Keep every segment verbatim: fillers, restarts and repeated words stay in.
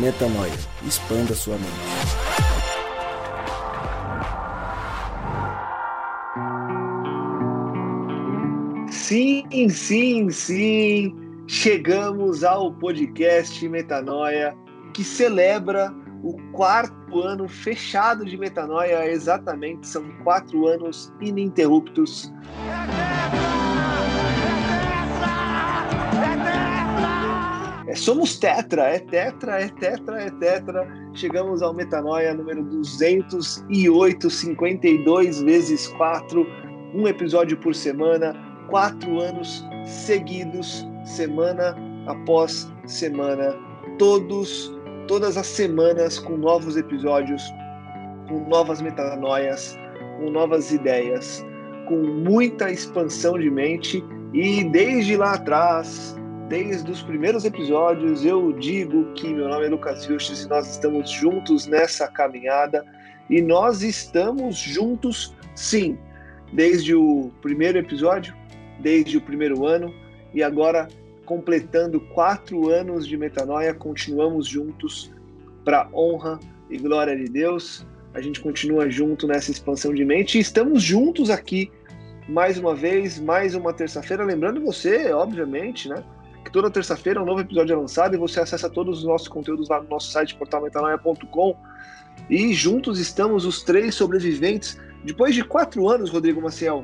Metanoia. Expanda sua mente. Sim, sim, sim. Chegamos ao podcast Metanoia, que celebra o quarto ano fechado de Metanoia. Exatamente, são quatro anos ininterruptos. É, somos tetra, é tetra, é tetra, é tetra. Chegamos ao Metanoia número duzentos e oito, cinquenta e dois vezes quatro, um episódio por semana, quatro anos seguidos, semana após semana, todos, todas as semanas com novos episódios, com novas metanoias, com novas ideias, com muita expansão de mente. E desde lá atrás, desde os primeiros episódios, eu digo que meu nome é Lucas Vilches e nós estamos juntos nessa caminhada. E nós estamos juntos, sim, desde o primeiro episódio, desde o primeiro ano, e agora, completando quatro anos de Metanoia, continuamos juntos para honra e glória de Deus. A gente continua junto nessa expansão de mente e estamos juntos aqui mais uma vez, mais uma terça-feira. Lembrando você, obviamente, né, que toda terça-feira um novo episódio é lançado e você acessa todos os nossos conteúdos lá no nosso site, portal metanoia ponto com. E juntos estamos os três sobreviventes. Depois de quatro anos, Rodrigo Maciel,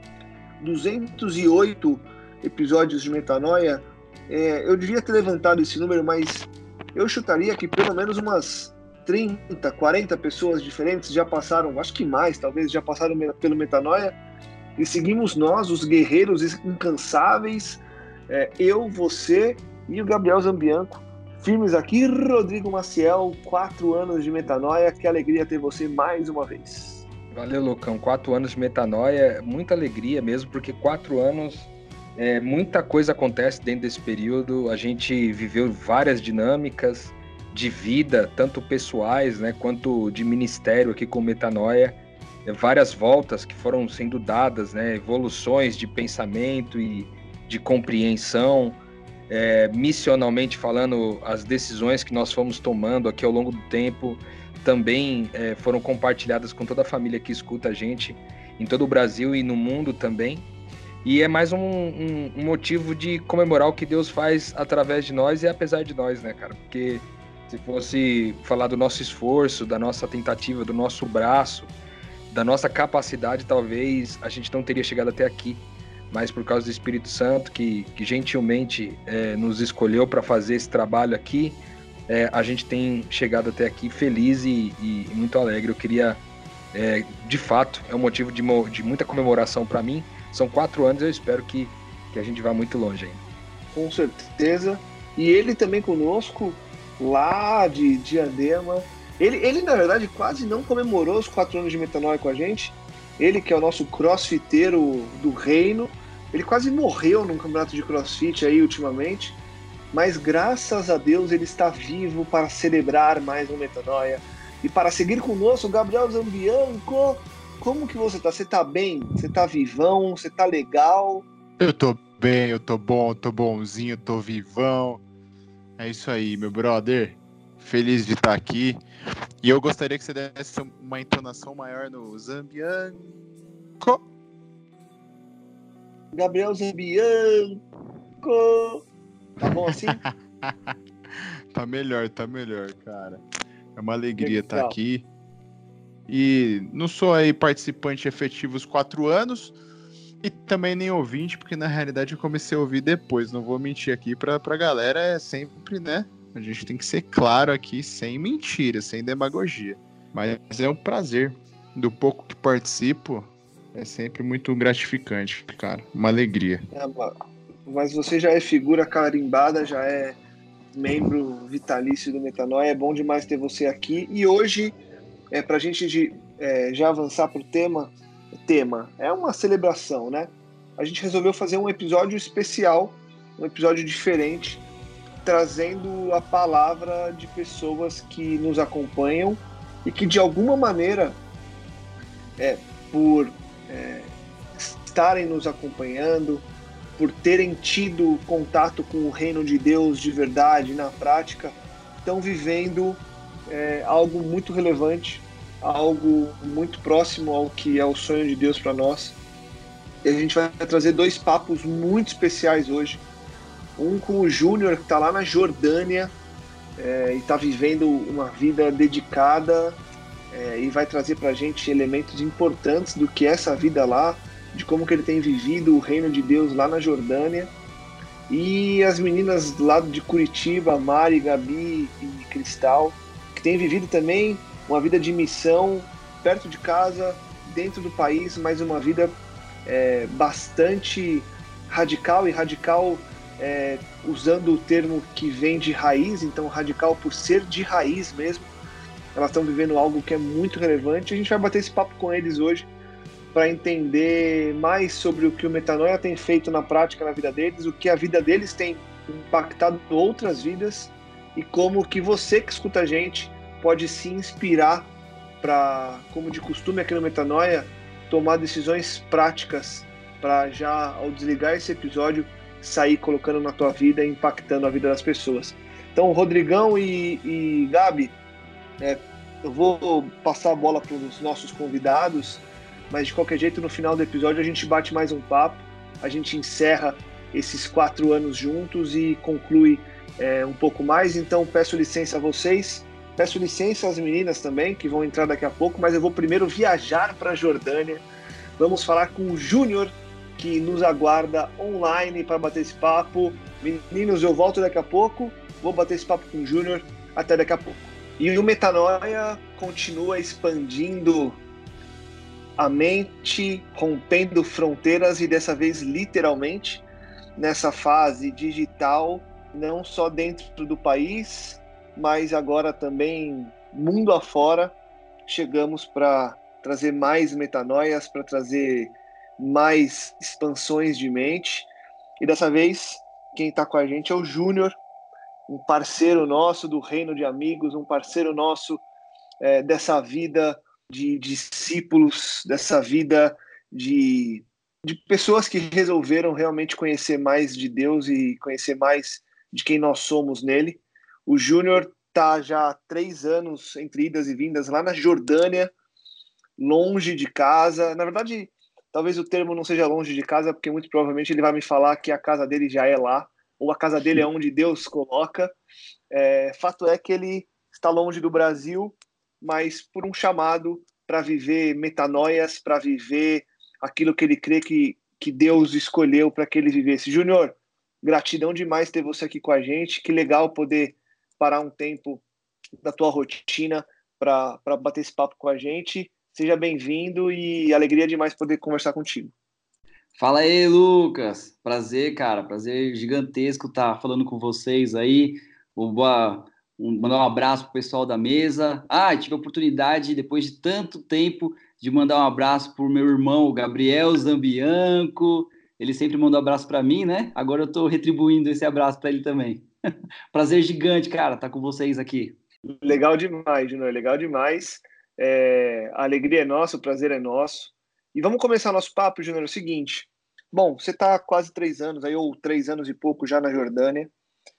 duzentos e oito episódios de Metanoia, é, eu devia ter levantado esse número, mas eu chutaria que pelo menos umas trinta, quarenta pessoas diferentes já passaram, acho que mais, talvez, já passaram pelo Metanoia. E seguimos nós, os guerreiros incansáveis, é, eu, você e o Gabriel Zambianco, firmes aqui. Rodrigo Maciel, quatro anos de Metanoia, que alegria ter você mais uma vez. Valeu, Lucão, quatro anos de Metanoia, muita alegria mesmo, porque quatro anos, é, muita coisa acontece dentro desse período, a gente viveu várias dinâmicas de vida, tanto pessoais, né, quanto de ministério aqui com Metanoia, várias voltas que foram sendo dadas, né, evoluções de pensamento e de compreensão, é, missionalmente falando, as decisões que nós fomos tomando aqui ao longo do tempo também é, foram compartilhadas com toda a família que escuta a gente em todo o Brasil e no mundo também. E é mais um, um, um motivo de comemorar o que Deus faz através de nós e apesar de nós, né, cara? Porque se fosse falar do nosso esforço, da nossa tentativa, do nosso braço, da nossa capacidade, talvez a gente não teria chegado até aqui, mas por causa do Espírito Santo, que, que gentilmente é, nos escolheu para fazer esse trabalho aqui, é, a gente tem chegado até aqui feliz e, e muito alegre. Eu queria, é, de fato, é um motivo de, de muita comemoração para mim. São quatro anos, eu espero que, que a gente vá muito longe ainda. Com certeza. E ele também conosco, lá de Diadema. Ele, ele, na verdade, quase não comemorou os quatro anos de Metanoia com a gente. Ele, que é o nosso crossfiteiro do reino, ele quase morreu num campeonato de crossfit aí ultimamente, mas graças a Deus ele está vivo para celebrar mais um Metanoia. E para seguir conosco, Gabriel Zambianco, como que você tá? Você tá bem? Você tá vivão? Você tá legal? Eu tô bem, eu tô bom, eu tô bonzinho, eu tô vivão. É isso aí, meu brother. Feliz de estar aqui. E eu gostaria que você desse uma entonação maior no Zambianco. Gabriel Zambianco. Tá bom assim? Tá melhor, tá melhor, cara. É uma alegria Legal. estar aqui. E não sou aí participante efetivo os quatro anos e também nem ouvinte, porque na realidade eu comecei a ouvir depois. Não vou mentir aqui pra, pra galera, é sempre, né? A gente tem que ser claro aqui, sem mentira, sem demagogia. Mas é um prazer. Do pouco que participo, é sempre muito gratificante, cara. Uma alegria. É, mas você já é figura carimbada, já é membro vitalício do Metanoia. É bom demais ter você aqui. E hoje, é, pra gente de, é, já avançar pro tema, tema, é uma celebração, né? A gente resolveu fazer um episódio especial, um episódio diferente, trazendo a palavra de pessoas que nos acompanham e que de alguma maneira, é, por é, estarem nos acompanhando, por terem tido contato com o reino de Deus de verdade, na prática, estão vivendo é, algo muito relevante, algo muito próximo ao que é o sonho de Deus para nós. E a gente vai trazer dois papos muito especiais hoje. Um com o Júnior, que está lá na Jordânia é, e está vivendo uma vida dedicada é, e vai trazer para a gente elementos importantes do que é essa vida lá, de como que ele tem vivido o reino de Deus lá na Jordânia. E as meninas do lado de Curitiba, Mari, Gabi e Cristal, que têm vivido também uma vida de missão perto de casa, dentro do país, mas uma vida é, bastante radical, e radical é, usando o termo que vem de raiz, então radical por ser de raiz mesmo. Elas estão vivendo algo que é muito relevante. A gente vai bater esse papo com eles hoje para entender mais sobre o que o Metanoia tem feito na prática na vida deles, o que a vida deles tem impactado outras vidas e como que você que escuta a gente pode se inspirar para, como de costume aqui no Metanoia, tomar decisões práticas para já, ao desligar esse episódio, sair colocando na tua vida e impactando a vida das pessoas. Então, Rodrigão e, e Gabi, é, eu vou passar a bola para os nossos convidados, mas de qualquer jeito, no final do episódio, a gente bate mais um papo, a gente encerra esses quatro anos juntos e conclui é, um pouco mais. Então, peço licença a vocês, peço licença às meninas também, que vão entrar daqui a pouco, mas eu vou primeiro viajar para a Jordânia. Vamos falar com o Júnior, que nos aguarda online para bater esse papo. Meninos, eu volto daqui a pouco, vou bater esse papo com o Júnior, até daqui a pouco. E o Metanoia continua expandindo a mente, rompendo fronteiras, e dessa vez literalmente nessa fase digital, não só dentro do país, mas agora também mundo afora. Chegamos para trazer mais metanoias, para trazer mais expansões de mente, e dessa vez quem está com a gente é o Júnior, um parceiro nosso do Reino de Amigos, um parceiro nosso é, dessa vida de discípulos, dessa vida de, de pessoas que resolveram realmente conhecer mais de Deus e conhecer mais de quem nós somos nele. O Júnior está já há três anos entre idas e vindas lá na Jordânia, longe de casa. Na verdade, talvez o termo não seja longe de casa, porque muito provavelmente ele vai me falar que a casa dele já é lá, ou a casa dele é onde Deus coloca. É, fato é que ele está longe do Brasil, mas por um chamado para viver metanoias, para viver aquilo que ele crê que, que Deus escolheu para que ele vivesse. Júnior, gratidão demais ter você aqui com a gente, que legal poder parar um tempo da tua rotina para bater esse papo com a gente. Seja bem-vindo e alegria demais poder conversar contigo. Fala aí, Lucas. Prazer, cara. Prazer gigantesco estar falando com vocês aí. Vou mandar um abraço pro pessoal da mesa. Ah, tive a oportunidade, depois de tanto tempo, de mandar um abraço pro meu irmão, Gabriel Zambianco. Ele sempre manda um abraço para mim, né? Agora eu tô retribuindo esse abraço para ele também. Prazer gigante, cara, estar com vocês aqui. Legal demais, Júnior. Legal demais. É, a alegria é nossa, o prazer é nosso. E vamos começar nosso papo, Júnior, é o seguinte. Bom, você está há quase três anos, aí, ou três anos e pouco já na Jordânia.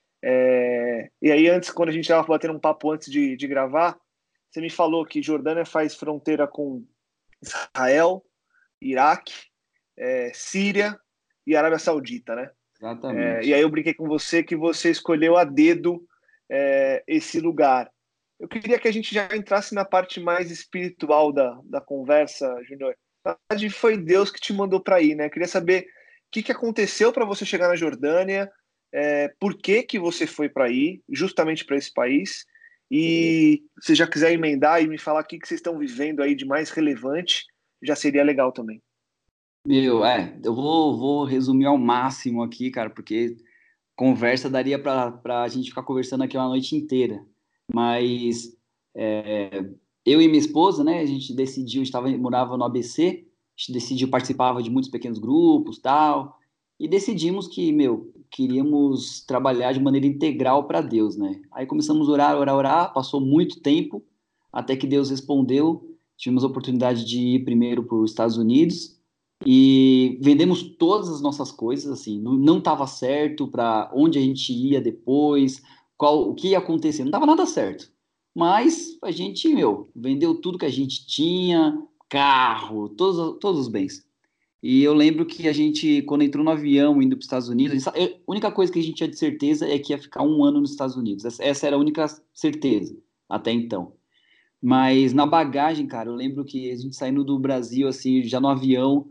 É, e aí, antes, quando a gente estava batendo um papo antes de, de gravar, você me falou que Jordânia faz fronteira com Israel, Iraque, é, Síria e Arábia Saudita, né? Exatamente. É, e aí eu brinquei com você que você escolheu a dedo é, esse lugar. Eu queria que a gente já entrasse na parte mais espiritual da, da conversa, Júnior. Na verdade, foi Deus que te mandou para ir, né? Eu queria saber o que, que aconteceu para você chegar na Jordânia, é, por que, que você foi para ir, justamente para esse país, e se você já quiser emendar e me falar o que, que vocês estão vivendo aí de mais relevante, já seria legal também. Meu, é, eu vou, vou resumir ao máximo aqui, cara, porque conversa daria para a gente ficar conversando aqui uma noite inteira. Mas é, eu e minha esposa, né, a gente decidiu, a gente tava, morava no A B C, a gente decidiu, participava de muitos pequenos grupos, tal, e decidimos que, meu, queríamos trabalhar de maneira integral para Deus, né? Aí começamos a orar, orar, orar, passou muito tempo, até que Deus respondeu, tivemos a oportunidade de ir primeiro para os Estados Unidos, e vendemos todas as nossas coisas, assim, não estava certo para onde a gente ia depois, qual, o que ia acontecer. Não dava nada certo. Mas a gente, meu, vendeu tudo que a gente tinha, carro, todos, todos os bens. E eu lembro que a gente, quando entrou no avião indo para os Estados Unidos, a, gente, a única coisa que a gente tinha de certeza é que ia ficar um ano nos Estados Unidos. Essa, essa era a única certeza até então. Mas na bagagem, cara, eu lembro que a gente saindo do Brasil, assim, já no avião,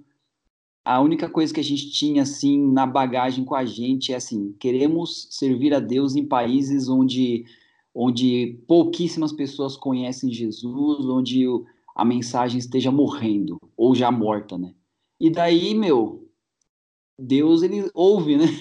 a única coisa que a gente tinha, assim, na bagagem com a gente é, assim, queremos servir a Deus em países onde, onde pouquíssimas pessoas conhecem Jesus, onde o, a mensagem esteja morrendo, ou já morta, né? E daí, meu, Deus, ele ouve, né?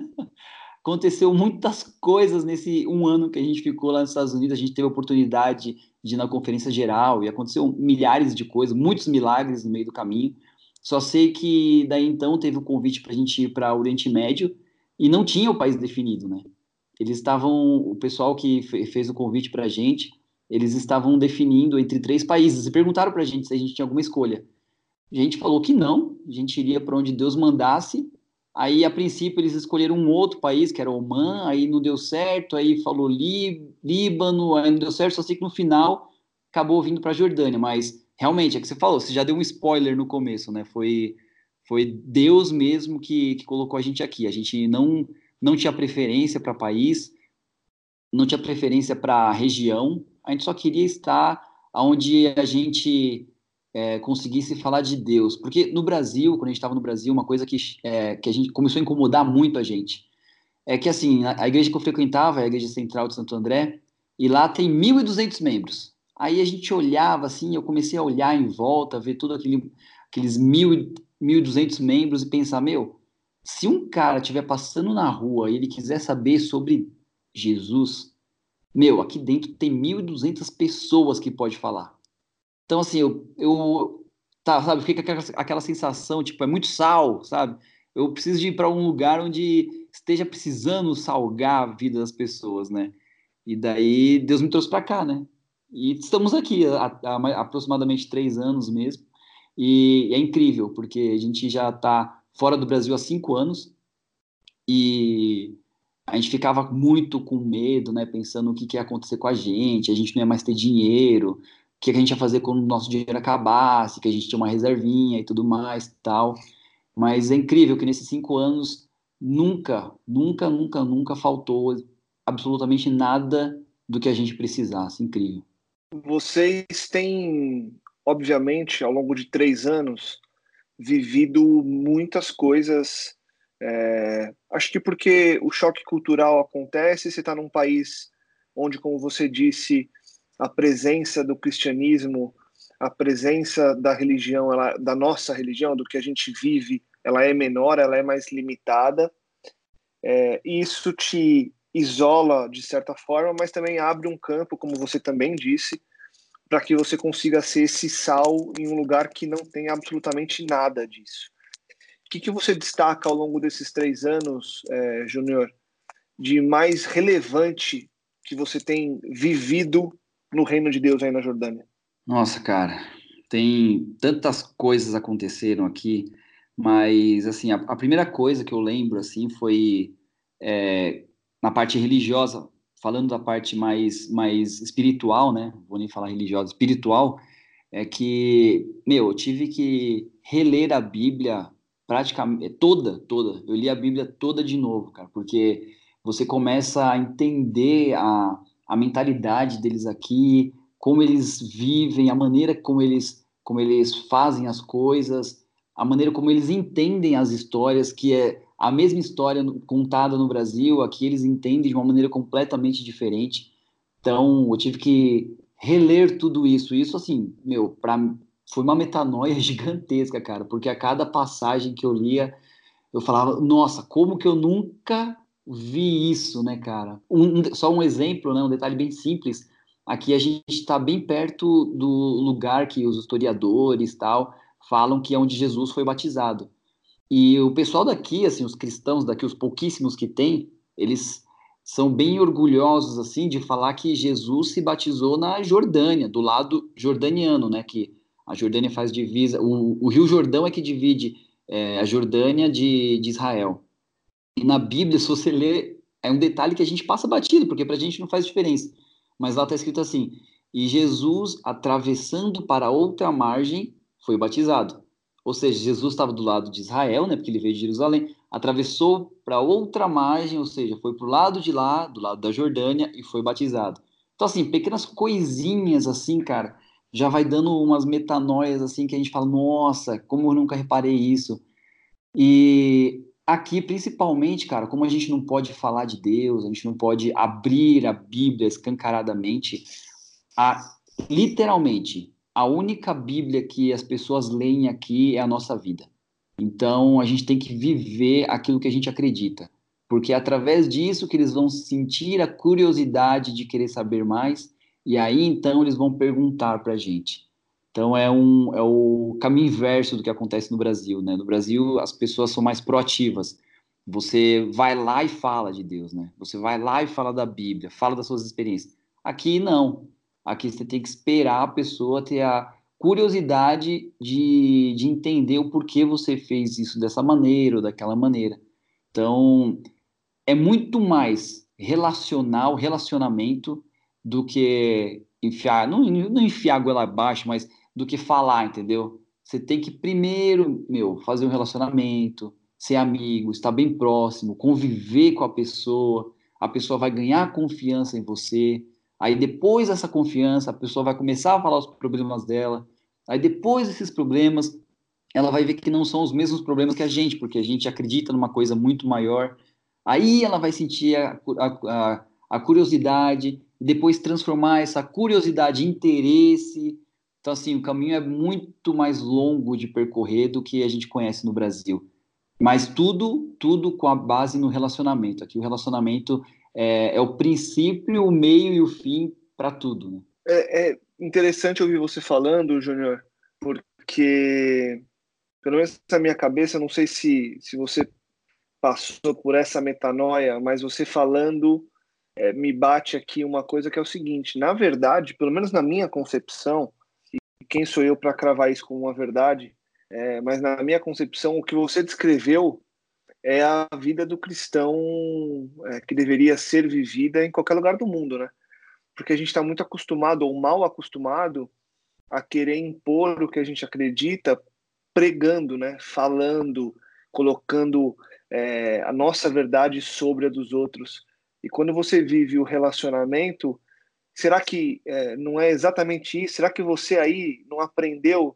Aconteceu muitas coisas nesse um ano que a gente ficou lá nos Estados Unidos. A gente teve a oportunidade de ir na conferência geral e aconteceu milhares de coisas, muitos milagres no meio do caminho. Só sei que daí então teve o convite para a gente ir para o Oriente Médio e não tinha o país definido, né? Eles estavam, o pessoal que fez o convite para a gente, eles estavam definindo entre três países e perguntaram para a gente se a gente tinha alguma escolha. A gente falou que não, a gente iria para onde Deus mandasse. Aí, a princípio, eles escolheram um outro país, que era Omã, aí não deu certo, aí falou Lí Líbano, aí não deu certo, só sei que no final acabou vindo para a Jordânia, mas realmente, é o que você falou, você já deu um spoiler no começo, né? Foi, foi Deus mesmo que, que colocou a gente aqui. A gente não, não tinha preferência para país, não tinha preferência para região, a gente só queria estar onde a gente é, conseguisse falar de Deus. Porque no Brasil, quando a gente estava no Brasil, uma coisa que, é, que a gente começou a incomodar muito a gente é que, assim, a, a igreja que eu frequentava é a Igreja Central de Santo André, e lá tem mil e duzentos membros. Aí a gente olhava, assim, eu comecei a olhar em volta, ver todos aquele, aqueles mil e duzentos membros e pensar, meu, se um cara estiver passando na rua e ele quiser saber sobre Jesus, meu, aqui dentro tem mil e duzentas pessoas que pode falar. Então, assim, eu, eu tá, sabe, fica aquela, aquela sensação, tipo, é muito sal, sabe? Eu preciso de ir para um lugar onde esteja precisando salgar a vida das pessoas, né? E daí Deus me trouxe para cá, né? E estamos aqui há, há aproximadamente três anos mesmo. E é incrível, porque a gente já está fora do Brasil há cinco anos e a gente ficava muito com medo, né? Pensando o que, que ia acontecer com a gente, a gente não ia mais ter dinheiro, o que a gente ia fazer quando o nosso dinheiro acabasse, que a gente tinha uma reservinha e tudo mais e tal. Mas é incrível que nesses cinco anos nunca, nunca, nunca, nunca faltou absolutamente nada do que a gente precisasse. Incrível. Vocês têm, obviamente, ao longo de três anos, vivido muitas coisas. É, acho que porque o choque cultural acontece, você está num país onde, como você disse, a presença do cristianismo, a presença da religião, ela, da nossa religião, do que a gente vive, ela é menor, ela é mais limitada. É, e isso te isola de certa forma, mas também abre um campo, como você também disse, para que você consiga ser esse sal em um lugar que não tem absolutamente nada disso. O que, que você destaca ao longo desses três anos, é, Júnior, de mais relevante que você tem vivido no reino de Deus aí na Jordânia? Nossa, cara, tem tantas coisas aconteceram aqui, mas assim, a, a primeira coisa que eu lembro assim foi é, na parte religiosa, falando da parte mais, mais espiritual, né? Vou nem falar religiosa, espiritual, é que, meu, eu tive que reler a Bíblia praticamente toda, toda. Eu li a Bíblia toda de novo, cara, porque você começa a entender a, a mentalidade deles aqui, como eles vivem, a maneira como eles, como eles fazem as coisas, a maneira como eles entendem as histórias, que é a mesma história contada no Brasil, aqui eles entendem de uma maneira completamente diferente. Então, eu tive que reler tudo isso. Isso, assim, meu, pra, foi uma metanoia gigantesca, cara, porque a cada passagem que eu lia, eu falava, nossa, como que eu nunca vi isso, né, cara? Um, um, só um exemplo, né, um detalhe bem simples. Aqui a gente está bem perto do lugar que os historiadores tal falam que é onde Jesus foi batizado. E o pessoal daqui, assim, os cristãos daqui, os pouquíssimos que tem, eles são bem orgulhosos, assim, de falar que Jesus se batizou na Jordânia, do lado jordaniano, né, que a Jordânia faz divisa, o, o Rio Jordão é que divide é, a Jordânia de, de Israel. E na Bíblia, se você ler é um detalhe que a gente passa batido, porque pra gente não faz diferença. Mas lá está escrito assim, e Jesus, atravessando para outra margem, foi batizado. Ou seja, Jesus estava do lado de Israel, né, porque ele veio de Jerusalém, atravessou para outra margem, ou seja, foi para o lado de lá, do lado da Jordânia, e foi batizado. Então, assim, pequenas coisinhas assim, cara, já vai dando umas metanoias assim que a gente fala, nossa, como eu nunca reparei isso. E aqui, principalmente, cara, como a gente não pode falar de Deus, a gente não pode abrir a Bíblia escancaradamente, a, literalmente, a única Bíblia que as pessoas leem aqui é a nossa vida. Então, a gente tem que viver aquilo que a gente acredita, porque é através disso que eles vão sentir a curiosidade de querer saber mais, e aí então eles vão perguntar para a gente. Então, é, um, é o caminho inverso do que acontece no Brasil, né? No Brasil, as pessoas são mais proativas. Você vai lá e fala de Deus, né? Você vai lá e fala da Bíblia, fala das suas experiências. Aqui, não. Aqui você tem que esperar a pessoa ter a curiosidade de, de entender o porquê você fez isso dessa maneira ou daquela maneira. Então, é muito mais relacional, relacionamento, do que enfiar, não, não enfiar a goela abaixo, mas do que falar, entendeu? Você tem que primeiro, meu, fazer um relacionamento, ser amigo, estar bem próximo, conviver com a pessoa, a pessoa vai ganhar confiança em você, aí depois dessa confiança, a pessoa vai começar a falar os problemas dela, aí depois desses problemas, ela vai ver que não são os mesmos problemas que a gente, porque a gente acredita numa coisa muito maior. Aí ela vai sentir a, a, a curiosidade, e depois transformar essa curiosidade em interesse. Então, assim, o caminho é muito mais longo de percorrer do que a gente conhece no Brasil. Mas tudo, tudo com a base no relacionamento. Aqui o relacionamento é, é o princípio, o meio e o fim para tudo, né? É, é interessante ouvir você falando, Júnior, porque, pelo menos na minha cabeça, não sei se, se você passou por essa metanoia, mas você falando, é, me bate aqui uma coisa que é o seguinte: na verdade, pelo menos na minha concepção, e quem sou eu para cravar isso como uma verdade, é, mas na minha concepção, o que você descreveu é a vida do cristão, é, que deveria ser vivida em qualquer lugar do mundo, né? Porque a gente está muito acostumado, ou mal acostumado, a querer impor o que a gente acredita, pregando, né? Falando, colocando é, a nossa verdade sobre a dos outros. E quando você vive o relacionamento, será que é, não é exatamente isso? Será que você aí não aprendeu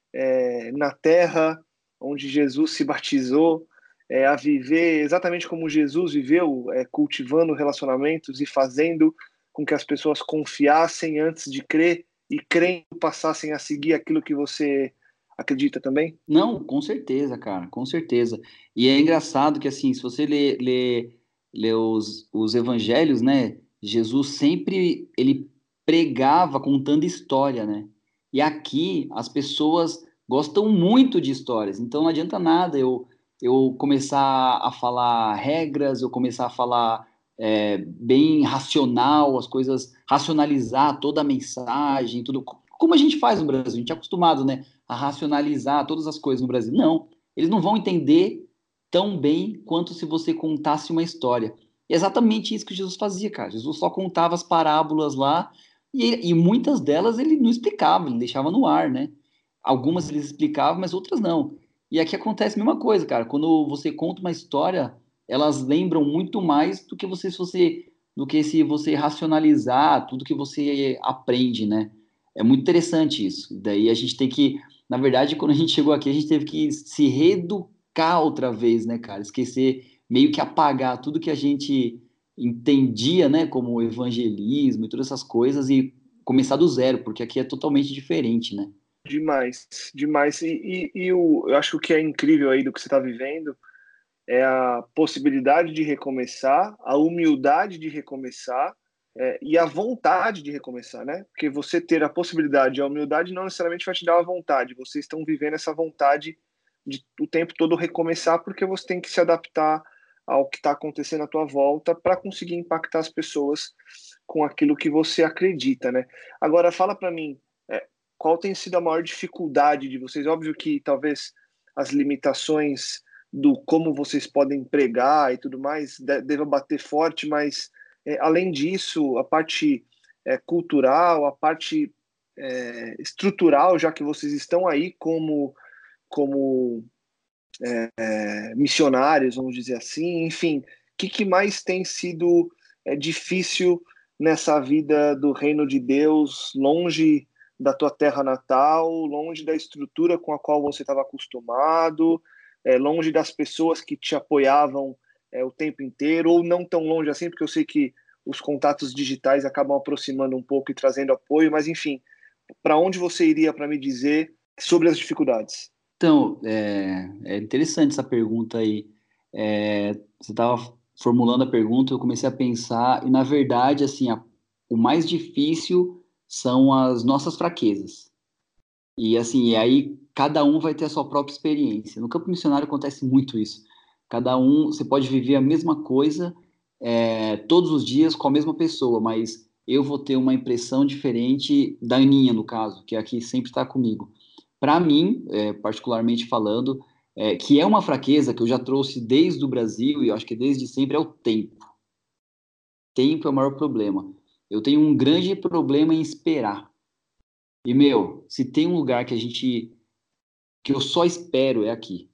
é, na terra onde Jesus se batizou, é, a viver exatamente como Jesus viveu, é, cultivando relacionamentos e fazendo com que as pessoas confiassem antes de crer e crendo passassem a seguir aquilo que você acredita também? Não, com certeza, cara, com certeza. E é engraçado que, assim, se você lê, lê, lê os, os evangelhos, né, Jesus sempre, ele pregava contando história, né? E aqui as pessoas gostam muito de histórias, então não adianta nada eu, eu começar a falar regras, eu começar a falar é, bem racional, as coisas, racionalizar toda a mensagem, tudo, como a gente faz no Brasil, a gente é acostumado, né? A racionalizar todas as coisas no Brasil. Não, eles não vão entender tão bem quanto se você contasse uma história. E é exatamente isso que Jesus fazia, cara. Jesus só contava as parábolas lá e, e muitas delas ele não explicava, ele deixava no ar, né? Algumas ele explicava, mas outras não. E aqui acontece a mesma coisa, cara. Quando você conta uma história, elas lembram muito mais do que você se você do que se você racionalizar tudo que você aprende, né? É muito interessante isso. Daí a gente tem que, na verdade, quando a gente chegou aqui, a gente teve que se reeducar outra vez, né, cara? Esquecer, meio que apagar tudo que a gente entendia, né, como evangelismo e todas essas coisas e começar do zero, porque aqui é totalmente diferente, né? Demais, demais. E, e, e o, eu acho que o que é incrível aí do que você está vivendo é a possibilidade de recomeçar, a humildade de recomeçar, é, e a vontade de recomeçar, né? Porque você ter a possibilidade e a humildade não necessariamente vai te dar a vontade. Vocês estão vivendo essa vontade de o tempo todo recomeçar, porque você tem que se adaptar ao que está acontecendo à tua volta para conseguir impactar as pessoas com aquilo que você acredita, né? Agora, fala para mim, é, qual tem sido a maior dificuldade de vocês? Óbvio que talvez as limitações do como vocês podem pregar e tudo mais deva bater forte, mas é, além disso, a parte é, cultural, a parte é, estrutural, já que vocês estão aí como, como é, é, missionários, vamos dizer assim, enfim, o que, que mais tem sido é, difícil nessa vida do reino de Deus, longe da tua terra natal, longe da estrutura com a qual você estava acostumado, é, longe das pessoas que te apoiavam é, o tempo inteiro, ou não tão longe assim, porque eu sei que os contatos digitais acabam aproximando um pouco e trazendo apoio, mas enfim, para onde você iria para me dizer sobre as dificuldades? Então, é, é interessante essa pergunta aí. É, você estava formulando a pergunta, eu comecei a pensar, e na verdade, assim, a, o mais difícil são as nossas fraquezas. E assim, e aí cada um vai ter a sua própria experiência. No campo missionário acontece muito isso. Cada um, você pode viver a mesma coisa é, todos os dias com a mesma pessoa, mas eu vou ter uma impressão diferente da Aninha, no caso, que é a que sempre está comigo. Para mim, é, particularmente falando, é, que é uma fraqueza que eu já trouxe desde o Brasil, e eu acho que desde sempre, é o tempo. Tempo é o maior problema. Eu tenho um grande problema em esperar. E, meu, se tem um lugar que a gente, que eu só espero é aqui.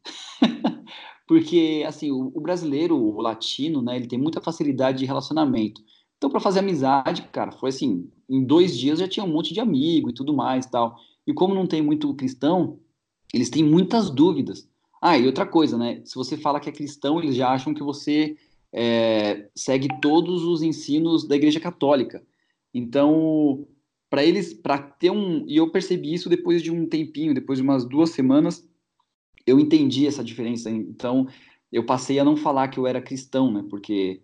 Porque, assim, o, o brasileiro, o latino, né, ele tem muita facilidade de relacionamento. Então, para fazer amizade, cara, foi assim, em dois dias já tinha um monte de amigo e tudo mais e tal. E como não tem muito cristão, eles têm muitas dúvidas. Ah, e outra coisa, né, se você fala que é cristão, eles já acham que você é, segue todos os ensinos da Igreja Católica. Então, para eles, para ter um... E eu percebi isso depois de um tempinho, depois de umas duas semanas, eu entendi essa diferença. Então, eu passei a não falar que eu era cristão, né? Porque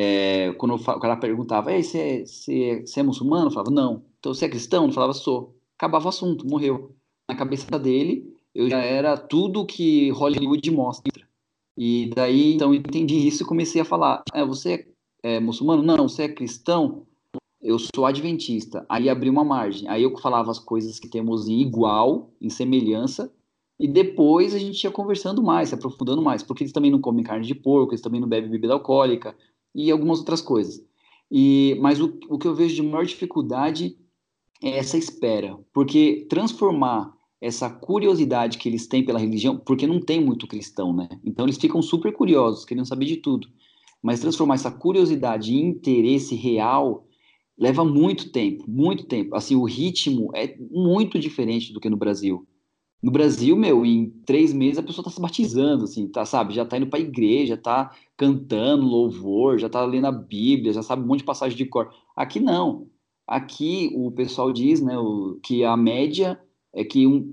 é, quando eu, o cara perguntava, Ei, você, é, você, é, você é muçulmano? Eu falava, não. Então, você é cristão? Eu falava, sou. Acabava o assunto, morreu. Na cabeça dele, eu já era tudo que Hollywood mostra. E daí, então, eu entendi isso e comecei a falar, é, você é, é muçulmano? Não. Você é cristão? Eu sou adventista. Aí abri uma margem. Aí eu falava as coisas que temos em igual, em semelhança, e depois a gente ia conversando mais, se aprofundando mais, porque eles também não comem carne de porco, eles também não bebem bebida alcoólica e algumas outras coisas. E, mas o, o que eu vejo de maior dificuldade é essa espera, porque transformar essa curiosidade que eles têm pela religião, porque não tem muito cristão, né? Então eles ficam super curiosos, querendo saber de tudo. Mas transformar essa curiosidade em interesse real leva muito tempo, muito tempo. Assim, o ritmo é muito diferente do que no Brasil. No Brasil, meu, em três meses a pessoa tá se batizando, assim, tá, sabe? Já tá indo pra igreja, tá cantando louvor, já tá lendo a Bíblia, já sabe um monte de passagem de cor. Aqui não. Aqui o pessoal diz, né, o, que a média é que um,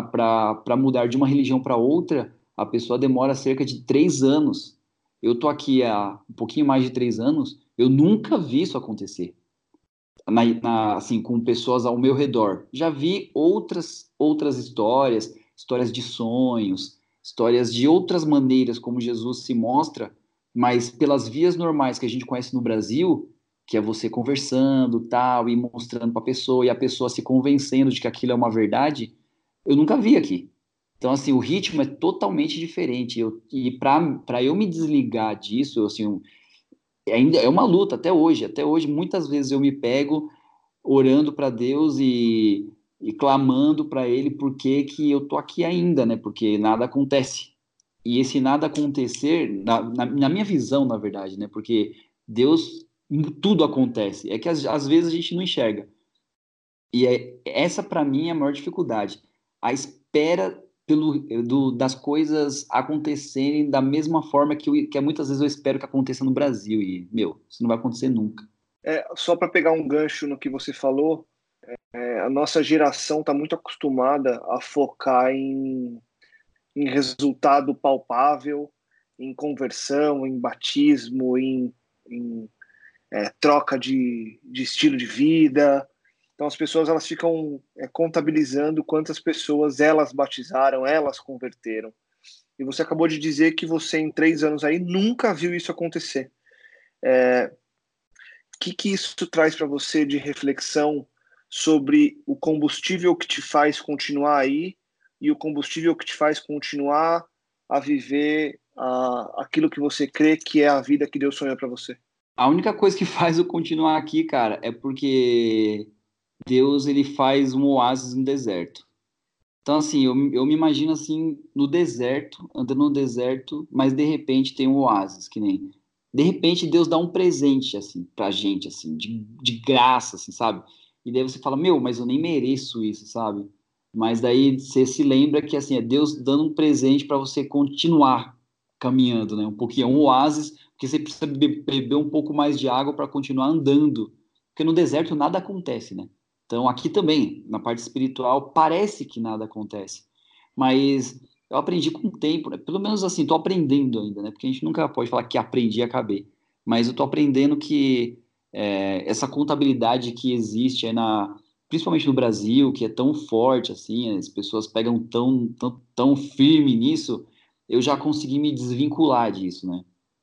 para mudar de uma religião para outra, a pessoa demora cerca de três anos. Eu tô aqui há um pouquinho mais de três anos, eu nunca vi isso acontecer na, na, assim, com pessoas ao meu redor. Já vi outras, outras histórias, histórias de sonhos, histórias de outras maneiras como Jesus se mostra, mas pelas vias normais que a gente conhece no Brasil, que é você conversando, tal, e mostrando para a pessoa, e a pessoa se convencendo de que aquilo é uma verdade, eu nunca vi aqui. Então, assim, o ritmo é totalmente diferente. Eu, e para eu me desligar disso, assim, ainda é uma luta até hoje. Até hoje, muitas vezes eu me pego orando para Deus e, e clamando para Ele por que que eu tô aqui ainda, né? Porque nada acontece. E esse nada acontecer, na, na, na minha visão, na verdade, né? Porque Deus, tudo acontece. É que às, às vezes a gente não enxerga. E é, essa, para mim, é a maior dificuldade. A espera pelo, do, das coisas acontecerem da mesma forma que, eu, que muitas vezes eu espero que aconteça no Brasil. E, meu, isso não vai acontecer nunca. É, só para pegar um gancho no que você falou, é, a nossa geração está muito acostumada a focar em, em resultado palpável, em conversão, em batismo, em, em é, troca de, de estilo de vida. Então as pessoas elas ficam é, contabilizando quantas pessoas elas batizaram, elas converteram. E você acabou de dizer que você em três anos aí nunca viu isso acontecer. É, que, que isso traz para você de reflexão sobre o combustível que te faz continuar aí e o combustível que te faz continuar a viver a, aquilo que você crê que é a vida que Deus sonha para você? A única coisa que faz eu continuar aqui, cara, é porque Deus, ele faz um oásis no deserto. Então, assim, eu, eu me imagino, assim, no deserto, andando no deserto, mas de repente tem um oásis, que nem... De repente Deus dá um presente, assim, pra gente, assim, de, de graça, assim, sabe? E daí você fala, meu, mas eu nem mereço isso, sabe? Mas daí você se lembra que, assim, é Deus dando um presente para você continuar caminhando, né? Um pouquinho, é um oásis, porque você precisa be- beber um pouco mais de água para continuar andando. Porque no deserto nada acontece, né? Então, aqui também, na parte espiritual, parece que nada acontece. Mas eu aprendi com o tempo, né? Pelo menos assim, estou aprendendo ainda, né? Porque a gente nunca pode falar que aprendi e acabei. Mas eu estou aprendendo que é, essa contabilidade que existe aí na, principalmente no Brasil, que é tão forte assim, as pessoas pegam tão, tão, tão firme nisso, eu já consegui me desvincular disso, né?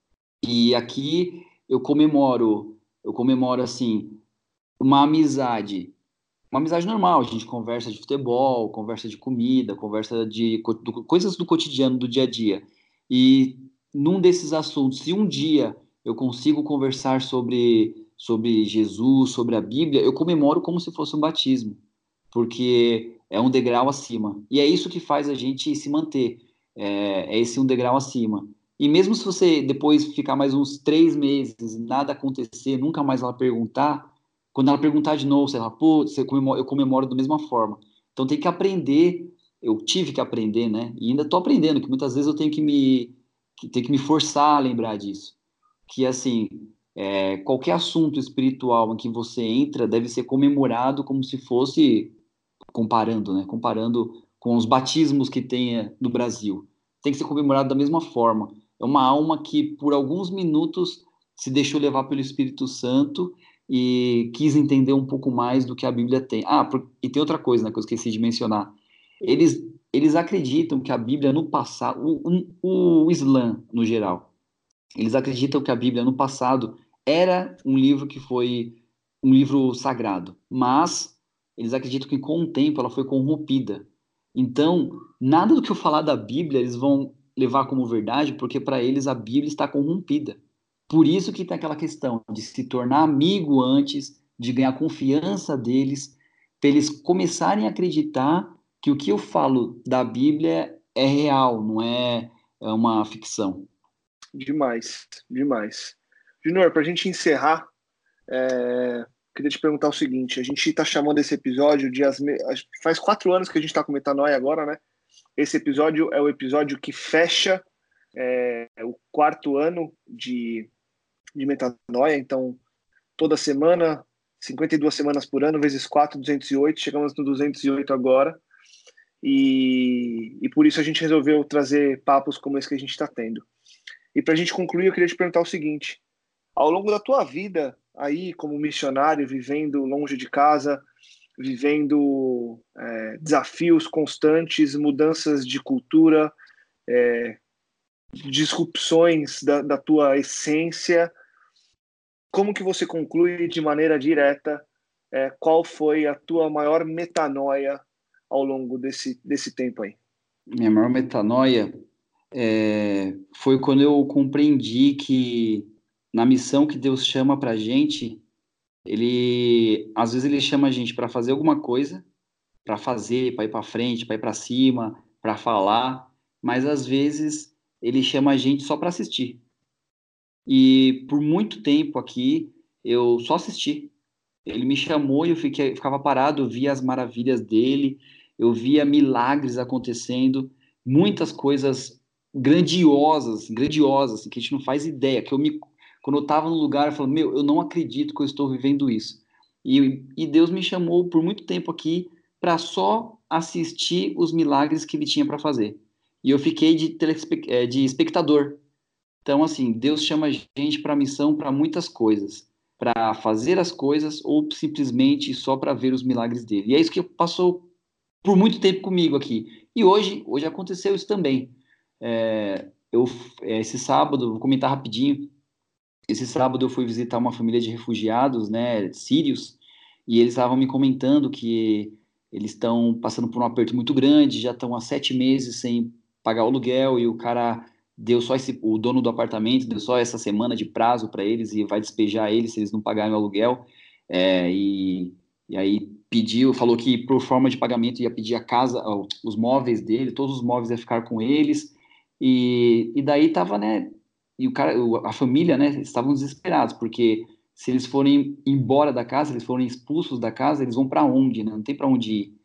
E aqui eu comemoro, eu comemoro assim, uma amizade uma amizade normal, a gente conversa de futebol, conversa de comida, conversa de co- do- coisas do cotidiano, do dia a dia. E num desses assuntos, se um dia eu consigo conversar sobre, sobre Jesus, sobre a Bíblia, eu comemoro como se fosse um batismo, porque é um degrau acima. E é isso que faz a gente se manter, é, é esse um degrau acima. E mesmo se você depois ficar mais uns três meses e nada acontecer, nunca mais ela perguntar, quando ela perguntar de novo, você fala, pô, você comemora, eu comemoro da mesma forma. Então tem que aprender, eu tive que aprender, né? E ainda estou aprendendo, que muitas vezes eu tenho que me, que, tenho que me forçar a lembrar disso. Que, assim, é, qualquer assunto espiritual em que você entra deve ser comemorado como se fosse, comparando, né? Comparando com os batismos que tem é, no Brasil. Tem que ser comemorado da mesma forma. É uma alma que, por alguns minutos, se deixou levar pelo Espírito Santo e quis entender um pouco mais do que a Bíblia tem. Ah, por... e tem outra coisa, né, que eu esqueci de mencionar. Eles, eles acreditam que a Bíblia no passado, o, o, o Islã no geral, eles acreditam que a Bíblia no passado era um livro que foi um livro sagrado, mas eles acreditam que com o tempo ela foi corrompida. Então, nada do que eu falar da Bíblia eles vão levar como verdade, porque para eles a Bíblia está corrompida. Por isso que tem aquela questão de se tornar amigo antes, de ganhar confiança deles, para eles começarem a acreditar que o que eu falo da Bíblia é real, não é, é uma ficção. Demais, demais. Junior, para a gente encerrar, é, queria te perguntar o seguinte: a gente está chamando esse episódio de as me... faz quatro anos que a gente está com Metanoia agora, né? Esse episódio é o episódio que fecha é, o quarto ano de, de Metanoia. Então, toda semana, cinquenta e duas semanas por ano, vezes quatro, duzentos e oito. Chegamos no duzentos e oito agora. E, e por isso a gente resolveu trazer papos como esse que a gente está tendo. E para a gente concluir, eu queria te perguntar o seguinte: ao longo da tua vida aí como missionário, vivendo longe de casa, vivendo é, desafios constantes, mudanças de cultura, é, disrupções da, da tua essência, como que você conclui de maneira direta é, qual foi a tua maior metanoia ao longo desse, desse tempo aí? Minha maior metanoia é, foi quando eu compreendi que na missão que Deus chama pra gente, ele às vezes ele chama a gente para fazer alguma coisa, para fazer, para ir para frente, para ir para cima, para falar, mas às vezes ele chama a gente só para assistir. E por muito tempo aqui eu só assisti. Ele me chamou e eu fiquei, ficava parado, eu via as maravilhas dele, eu via milagres acontecendo, muitas coisas grandiosas, grandiosas, assim, que a gente não faz ideia. Que eu me, quando eu estava no lugar, eu falei, meu, eu não acredito que eu estou vivendo isso. E, e Deus me chamou por muito tempo aqui para só assistir os milagres que ele tinha para fazer. E eu fiquei de, telespe, eh, de espectador. Então, assim, Deus chama a gente para a missão para muitas coisas, para fazer as coisas ou simplesmente só para ver os milagres dele. E é isso que passou por muito tempo comigo aqui. E hoje, hoje aconteceu isso também. É, eu, é, esse sábado, vou comentar rapidinho. Esse sábado eu fui visitar uma família de refugiados, né, sírios, e eles estavam me comentando que eles estão passando por um aperto muito grande, já estão há sete meses sem pagar o aluguel e o cara deu só esse, o dono do apartamento deu só essa semana de prazo para eles e vai despejar eles se eles não pagarem o aluguel. É, e, e aí pediu, falou que por forma de pagamento ia pedir a casa, os móveis dele, todos os móveis ia ficar com eles. E, e daí tava, né? E o cara, a família, né? Estavam desesperados porque se eles forem embora da casa, eles forem expulsos da casa, eles vão para onde, né? Não tem para onde ir.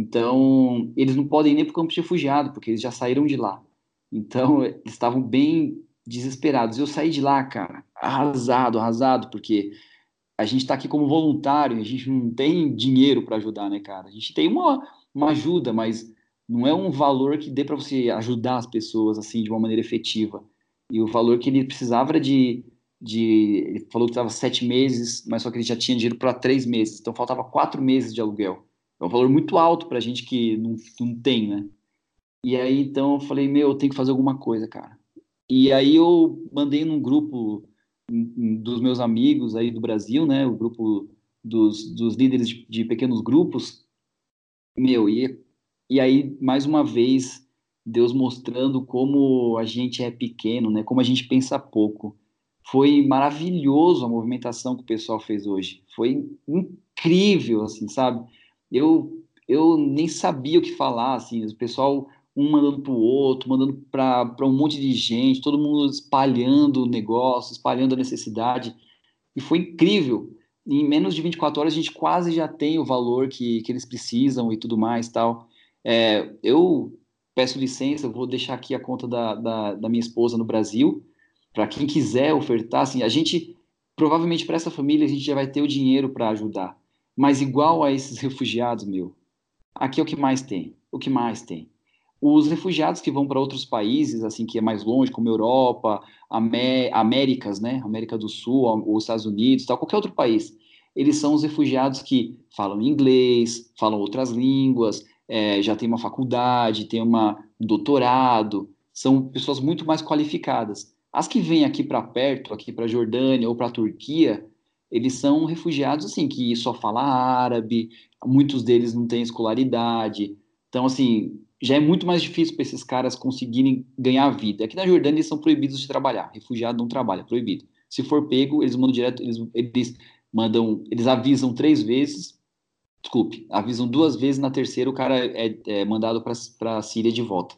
Então, eles não podem ir nem para o campo de refugiado, porque eles já saíram de lá. Então, eles estavam bem desesperados. Eu saí de lá, cara, arrasado, arrasado, porque a gente está aqui como voluntário, a gente não tem dinheiro para ajudar, né, cara? A gente tem uma, uma ajuda, mas não é um valor que dê para você ajudar as pessoas, assim, de uma maneira efetiva. E o valor que ele precisava era de... de ele falou que estava sete meses, mas só que ele já tinha dinheiro para três meses. Então, faltava quatro meses de aluguel. É um valor muito alto para gente que não, não tem, né? E aí, então, eu falei, meu, eu tenho que fazer alguma coisa, cara. E aí eu mandei num grupo dos meus amigos aí do Brasil, né? O grupo dos, dos líderes de, de pequenos grupos. Meu, e, e aí, mais uma vez, Deus mostrando como a gente é pequeno, né? Como a gente pensa pouco. Foi maravilhoso a movimentação que o pessoal fez hoje. Foi incrível, assim, sabe? Eu, eu nem sabia o que falar, assim, o pessoal um mandando para o outro, mandando para um monte de gente, todo mundo espalhando o negócio, espalhando a necessidade, e foi incrível. Em menos de vinte e quatro horas a gente quase já tem o valor que, que eles precisam e tudo mais, tal. É, eu peço licença, vou deixar aqui a conta da, da, da minha esposa no Brasil, para quem quiser ofertar, assim, a gente, provavelmente para essa família, a gente já vai ter o dinheiro para ajudar, mas igual a esses refugiados, meu, aqui é o que mais tem, o que mais tem. Os refugiados que vão para outros países, assim, que é mais longe, como Europa, Amé Américas, né? América do Sul, ou Estados Unidos, tal, qualquer outro país, eles são os refugiados que falam inglês, falam outras línguas, é, já tem uma faculdade, tem uma, um doutorado, são pessoas muito mais qualificadas. As que vêm aqui para perto, aqui para a Jordânia ou para a Turquia, eles são refugiados, assim, que só falam árabe, muitos deles não têm escolaridade. Então, assim, já é muito mais difícil para esses caras conseguirem ganhar vida. Aqui na Jordânia eles são proibidos de trabalhar. Refugiado não trabalha, proibido. Se for pego, eles mandam direto, eles, eles mandam, eles avisam três vezes, desculpe, avisam duas vezes, na terceira o cara é, é mandado para a Síria de volta.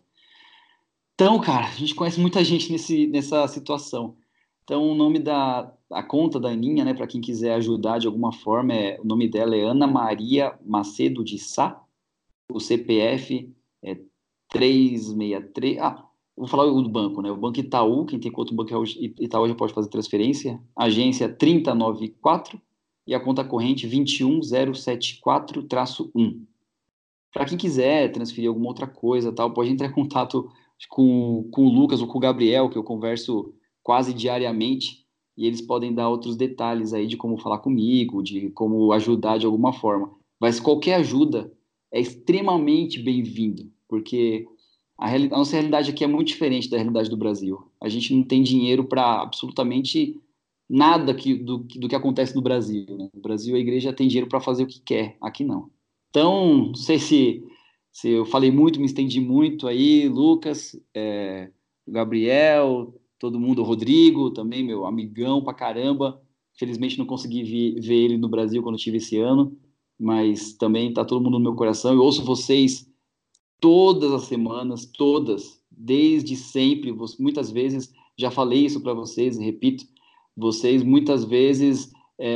Então, cara, a gente conhece muita gente nesse, nessa situação. Então, o nome da a conta da Aninha, né, para quem quiser ajudar de alguma forma, é, o nome dela é Ana Maria Macedo de Sá. O C P F é três seis três. Ah, vou falar o do banco, né? O Banco Itaú, quem tem conta no Banco Itaú já pode fazer transferência. Agência trinta noventa e quatro e a conta corrente vinte e um zero setenta e quatro um. Para quem quiser transferir alguma outra coisa, tal, pode entrar em contato com, com o Lucas ou com o Gabriel, que eu converso quase diariamente, e eles podem dar outros detalhes aí de como falar comigo, de como ajudar de alguma forma. Mas qualquer ajuda é extremamente bem-vindo, porque a, reali- a nossa realidade aqui é muito diferente da realidade do Brasil. A gente não tem dinheiro para absolutamente nada que, do, do que acontece no Brasil, né? No Brasil, a igreja tem dinheiro para fazer o que quer, aqui não. Então, não sei se, se eu falei muito, me estendi muito aí, Lucas, é, Gabriel, todo mundo, o Rodrigo também, meu amigão pra caramba. Felizmente não consegui vi- ver ele no Brasil quando eu tive esse ano, mas também tá todo mundo no meu coração. Eu ouço vocês todas as semanas, todas, desde sempre. Vo- Muitas vezes, já falei isso para vocês, e repito, vocês muitas vezes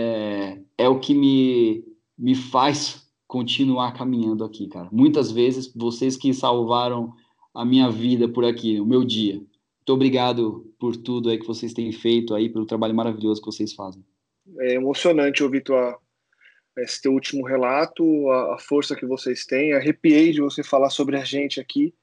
é, é o que me, me faz continuar caminhando aqui, cara. Muitas vezes, vocês que salvaram a minha vida por aqui, o meu dia. Muito obrigado por tudo aí que vocês têm feito aí, pelo trabalho maravilhoso que vocês fazem. É emocionante ouvir tua, esse teu último relato, a, a força que vocês têm. Arrepiei de você falar sobre a gente aqui.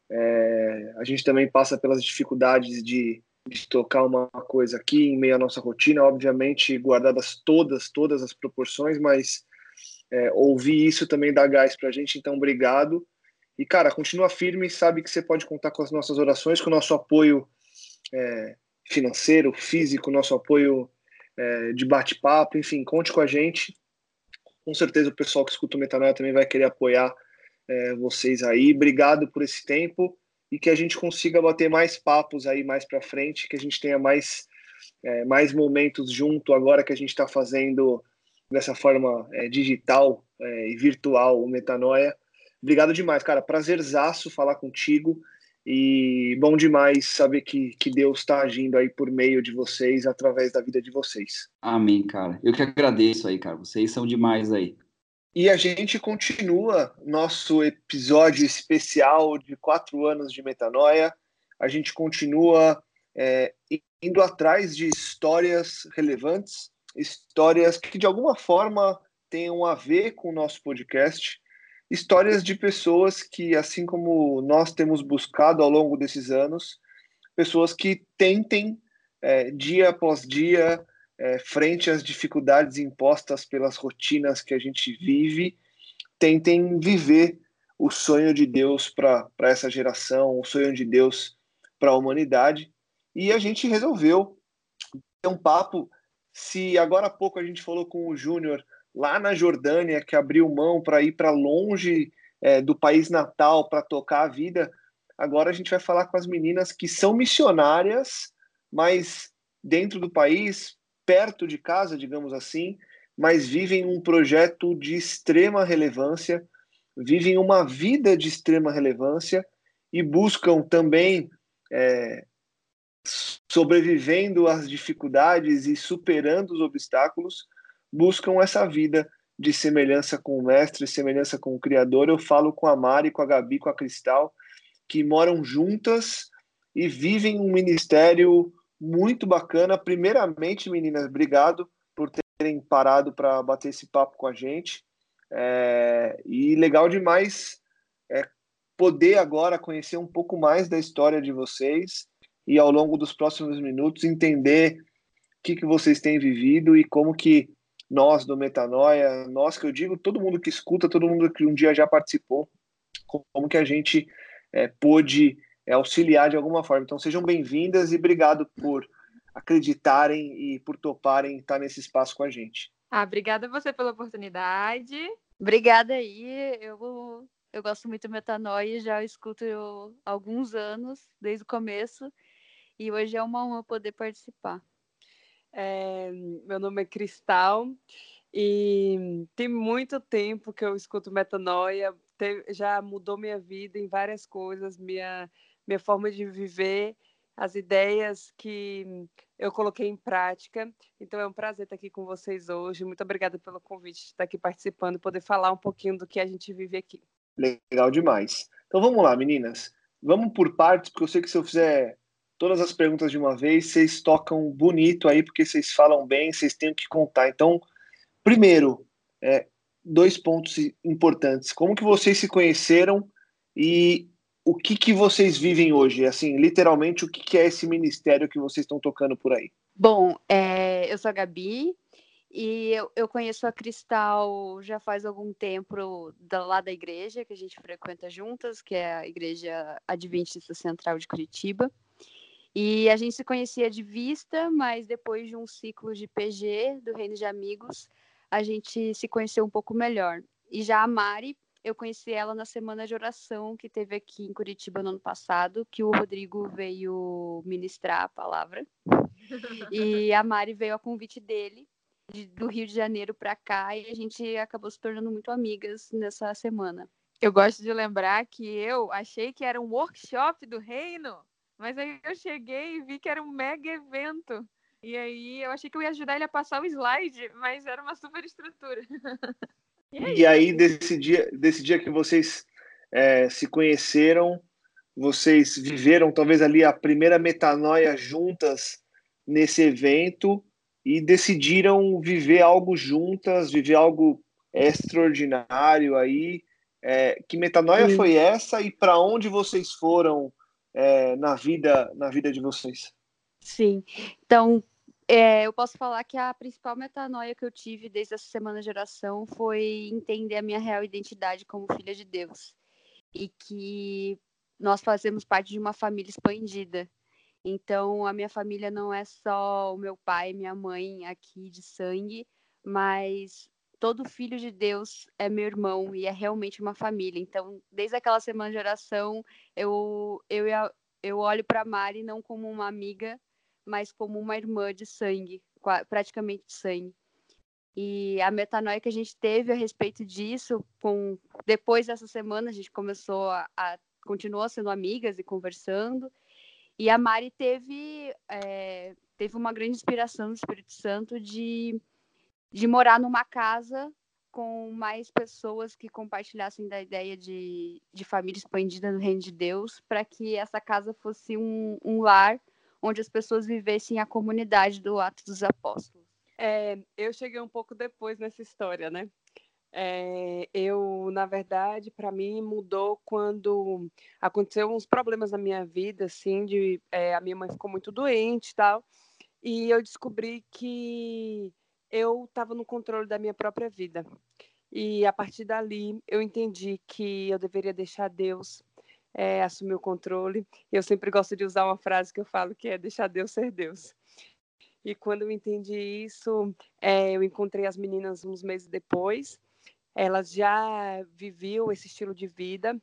É, a gente também passa pelas dificuldades de, de tocar uma coisa aqui em meio à nossa rotina, obviamente guardadas todas, todas as proporções, mas é, ouvir isso também dá gás pra gente, então obrigado. E, cara, continua firme, sabe que você pode contar com as nossas orações, com o nosso apoio é, financeiro, físico, nosso apoio é, de bate-papo, enfim, conte com a gente. Com certeza o pessoal que escuta o Metanoia também vai querer apoiar é, vocês aí. Obrigado por esse tempo e que a gente consiga bater mais papos aí mais para frente, que a gente tenha mais, é, mais momentos junto agora que a gente está fazendo dessa forma é, digital é, e virtual o Metanoia. Obrigado demais, cara. Prazerzaço falar contigo e bom demais saber que, que Deus está agindo aí por meio de vocês, através da vida de vocês. Amém, cara. Eu que agradeço aí, cara. Vocês são demais aí. E a gente continua nosso episódio especial de quatro anos de Metanoia. A gente continua é, indo atrás de histórias relevantes, histórias que de alguma forma tenham a ver com o nosso podcast, histórias de pessoas que, assim como nós temos buscado ao longo desses anos, pessoas que tentem, é, dia após dia, é, frente às dificuldades impostas pelas rotinas que a gente vive, tentem viver o sonho de Deus para essa geração, o sonho de Deus para a humanidade. E a gente resolveu ter um papo. Se agora há pouco a gente falou com o Júnior lá na Jordânia, que abriu mão para ir para longe é, do país natal para tocar a vida, agora a gente vai falar com as meninas que são missionárias, mas dentro do país, perto de casa, digamos assim, mas vivem um projeto de extrema relevância, vivem uma vida de extrema relevância e buscam também, é, sobrevivendo às dificuldades e superando os obstáculos, buscam essa vida de semelhança com o Mestre, semelhança com o Criador. Eu falo com a Mari, com a Gabi, com a Cristal, que moram juntas e vivem um ministério muito bacana. Primeiramente, meninas, obrigado por terem parado para bater esse papo com a gente. É, e legal demais é, poder agora conhecer um pouco mais da história de vocês e ao longo dos próximos minutos entender o que, que vocês têm vivido e como que nós do Metanoia, nós que eu digo, todo mundo que escuta, todo mundo que um dia já participou, como que a gente é, pôde é, auxiliar de alguma forma. Então sejam bem-vindas e obrigado por acreditarem e por toparem estar nesse espaço com a gente. Ah, obrigada a você pela oportunidade. Obrigada aí, eu, eu gosto muito do Metanoia, já escuto há alguns anos, desde o começo, e hoje é uma honra poder participar. É, meu nome é Cristal e tem muito tempo que eu escuto Metanoia, tem, já mudou minha vida em várias coisas, minha, minha forma de viver, as ideias que eu coloquei em prática. Então é um prazer estar aqui com vocês hoje. Muito obrigada pelo convite de estar aqui participando e poder falar um pouquinho do que a gente vive aqui. Legal demais. Então vamos lá, meninas. Vamos por partes, porque eu sei que se eu fizer todas as perguntas de uma vez, vocês tocam bonito aí, porque vocês falam bem, vocês têm o que contar. Então, primeiro, é, dois pontos importantes. Como que vocês se conheceram e o que que vocês vivem hoje? Assim, literalmente, o que que é esse ministério que vocês estão tocando por aí? Bom, é, eu sou a Gabi e eu, eu conheço a Cristal já faz algum tempo da, lá da igreja que a gente frequenta juntas, que é a Igreja Adventista Central de Curitiba. E a gente se conhecia de vista, mas depois de um ciclo de P G, do Reino de Amigos, a gente se conheceu um pouco melhor. E já a Mari, eu conheci ela na semana de oração que teve aqui em Curitiba no ano passado, que o Rodrigo veio ministrar a palavra. E a Mari veio a convite dele, de, do Rio de Janeiro para cá, e a gente acabou se tornando muito amigas nessa semana. Eu gosto de lembrar que eu achei que era um workshop do Reino, mas aí eu cheguei e vi que era um mega evento. E aí eu achei que eu ia ajudar ele a passar o slide, mas era uma super estrutura. E, é e aí, desse dia, desse dia que vocês é, se conheceram, vocês viveram talvez ali a primeira metanoia juntas nesse evento e decidiram viver algo juntas, viver algo extraordinário aí. É, que metanoia Sim. foi essa e para onde vocês foram é, na vida, na vida de vocês? Sim, então é, eu posso falar que a principal metanoia que eu tive desde essa semana de oração foi entender a minha real identidade como filha de Deus e que nós fazemos parte de uma família expandida. Então, a minha família não é só o meu pai e minha mãe aqui de sangue, mas todo filho de Deus é meu irmão e é realmente uma família. Então, desde aquela semana de oração, eu, eu, eu olho para a Mari não como uma amiga, mas como uma irmã de sangue, praticamente de sangue. E a metanoia que a gente teve a respeito disso, com, depois dessa semana, a gente começou a, a continuou sendo amigas e conversando. E a Mari teve, é, teve uma grande inspiração do Espírito Santo de, de morar numa casa com mais pessoas que compartilhassem da ideia de, de família expandida no reino de Deus, para que essa casa fosse um, um lar onde as pessoas vivessem a comunidade do Atos dos Apóstolos. É, eu cheguei um pouco depois nessa história, né? É, eu, na verdade, para mim mudou quando aconteceu uns problemas na minha vida, assim, de é, a minha mãe ficou muito doente e tal, e eu descobri que eu estava no controle da minha própria vida. E a partir dali eu entendi que eu deveria deixar Deus é, assumir o controle. Eu sempre gosto de usar uma frase que eu falo que é deixar Deus ser Deus. E quando eu entendi isso, é, eu encontrei as meninas uns meses depois. Elas já viviam esse estilo de vida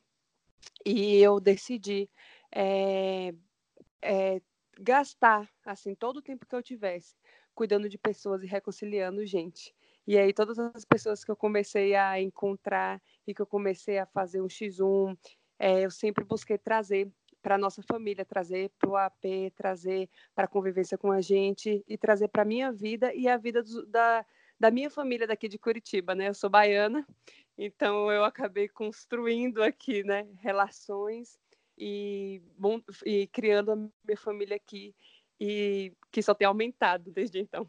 e eu decidi é, é, gastar assim todo o tempo que eu tivesse cuidando de pessoas e reconciliando gente. E aí todas as pessoas que eu comecei a encontrar e que eu comecei a fazer um xis um, é, eu sempre busquei trazer para a nossa família, trazer para o A P, trazer para a convivência com a gente e trazer para a minha vida e a vida do, da, da minha família daqui de Curitiba, né? Eu sou baiana, então eu acabei construindo aqui, né, relações e, bom, e criando a minha família aqui e que só tem aumentado desde então.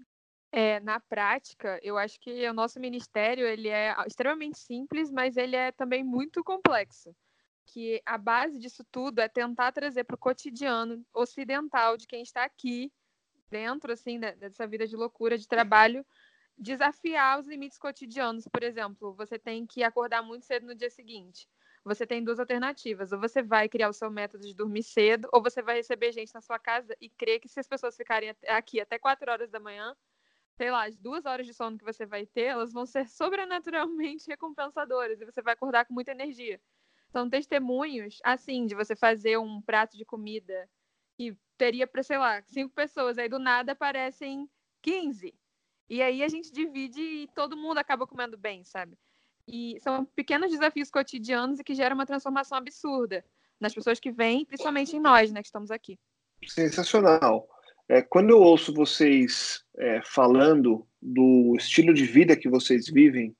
É, na prática, eu acho que o nosso ministério ele é extremamente simples, mas ele é também muito complexo. Que a base disso tudo é tentar trazer para o cotidiano ocidental de quem está aqui dentro assim dessa vida de loucura de trabalho, desafiar os limites cotidianos. Por exemplo, você tem que acordar muito cedo no dia seguinte. Você tem duas alternativas: ou você vai criar o seu método de dormir cedo, ou você vai receber gente na sua casa e crer que se as pessoas ficarem aqui até quatro horas da manhã, sei lá, as duas horas de sono que você vai ter, elas vão ser sobrenaturalmente recompensadoras e você vai acordar com muita energia. São testemunhos, assim, de você fazer um prato de comida que teria para, sei lá, cinco pessoas, aí do nada aparecem quinze. E aí a gente divide e todo mundo acaba comendo bem, sabe? E são pequenos desafios cotidianos e que geram uma transformação absurda nas pessoas que vêm, principalmente em nós, né, que estamos aqui. Sensacional. É, quando eu ouço vocês é, falando do estilo de vida que vocês vivem,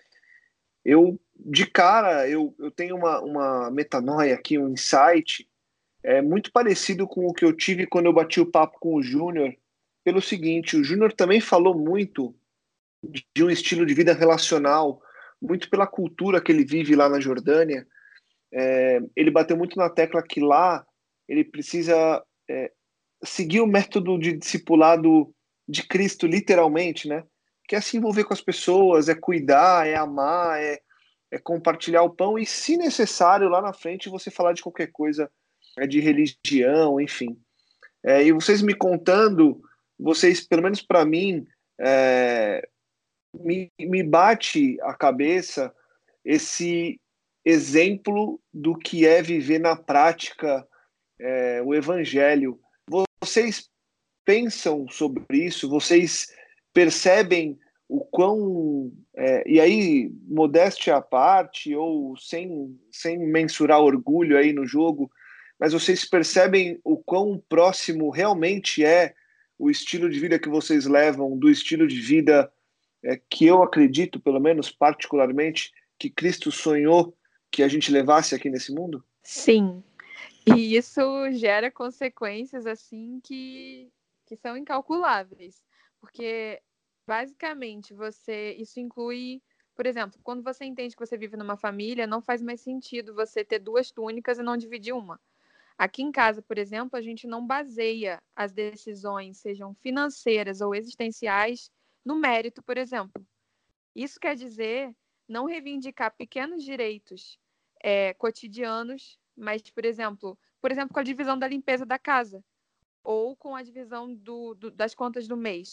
eu, de cara, eu, eu tenho uma, uma metanoia aqui, um insight, é, muito parecido com o que eu tive quando eu bati o papo com o Júnior, pelo seguinte: o Júnior também falou muito de um estilo de vida relacional, muito pela cultura que ele vive lá na Jordânia. É, ele bateu muito na tecla que lá ele precisa é, seguir o método de discipulado de Cristo, literalmente, né? Que é se envolver com as pessoas, é cuidar, é amar, é, é compartilhar o pão e, se necessário, lá na frente você falar de qualquer coisa, é, de religião, enfim. É, e vocês me contando, vocês, pelo menos para mim, é, me, me bate a cabeça esse exemplo do que é viver na prática é, o evangelho. Vocês pensam sobre isso? Vocês percebem o quão... É, e aí, modéstia à parte, ou sem, sem mensurar orgulho aí no jogo, mas vocês percebem o quão próximo realmente é o estilo de vida que vocês levam do estilo de vida é, que eu acredito, pelo menos particularmente, que Cristo sonhou que a gente levasse aqui nesse mundo? Sim. E isso gera consequências assim que, que são incalculáveis. Porque, basicamente, você isso inclui, por exemplo, quando você entende que você vive numa família, não faz mais sentido você ter duas túnicas e não dividir uma. Aqui em casa, por exemplo, a gente não baseia as decisões, sejam financeiras ou existenciais, no mérito, por exemplo. Isso quer dizer não reivindicar pequenos direitos é, cotidianos, mas, por exemplo, por exemplo, com a divisão da limpeza da casa ou com a divisão do, do, das contas do mês.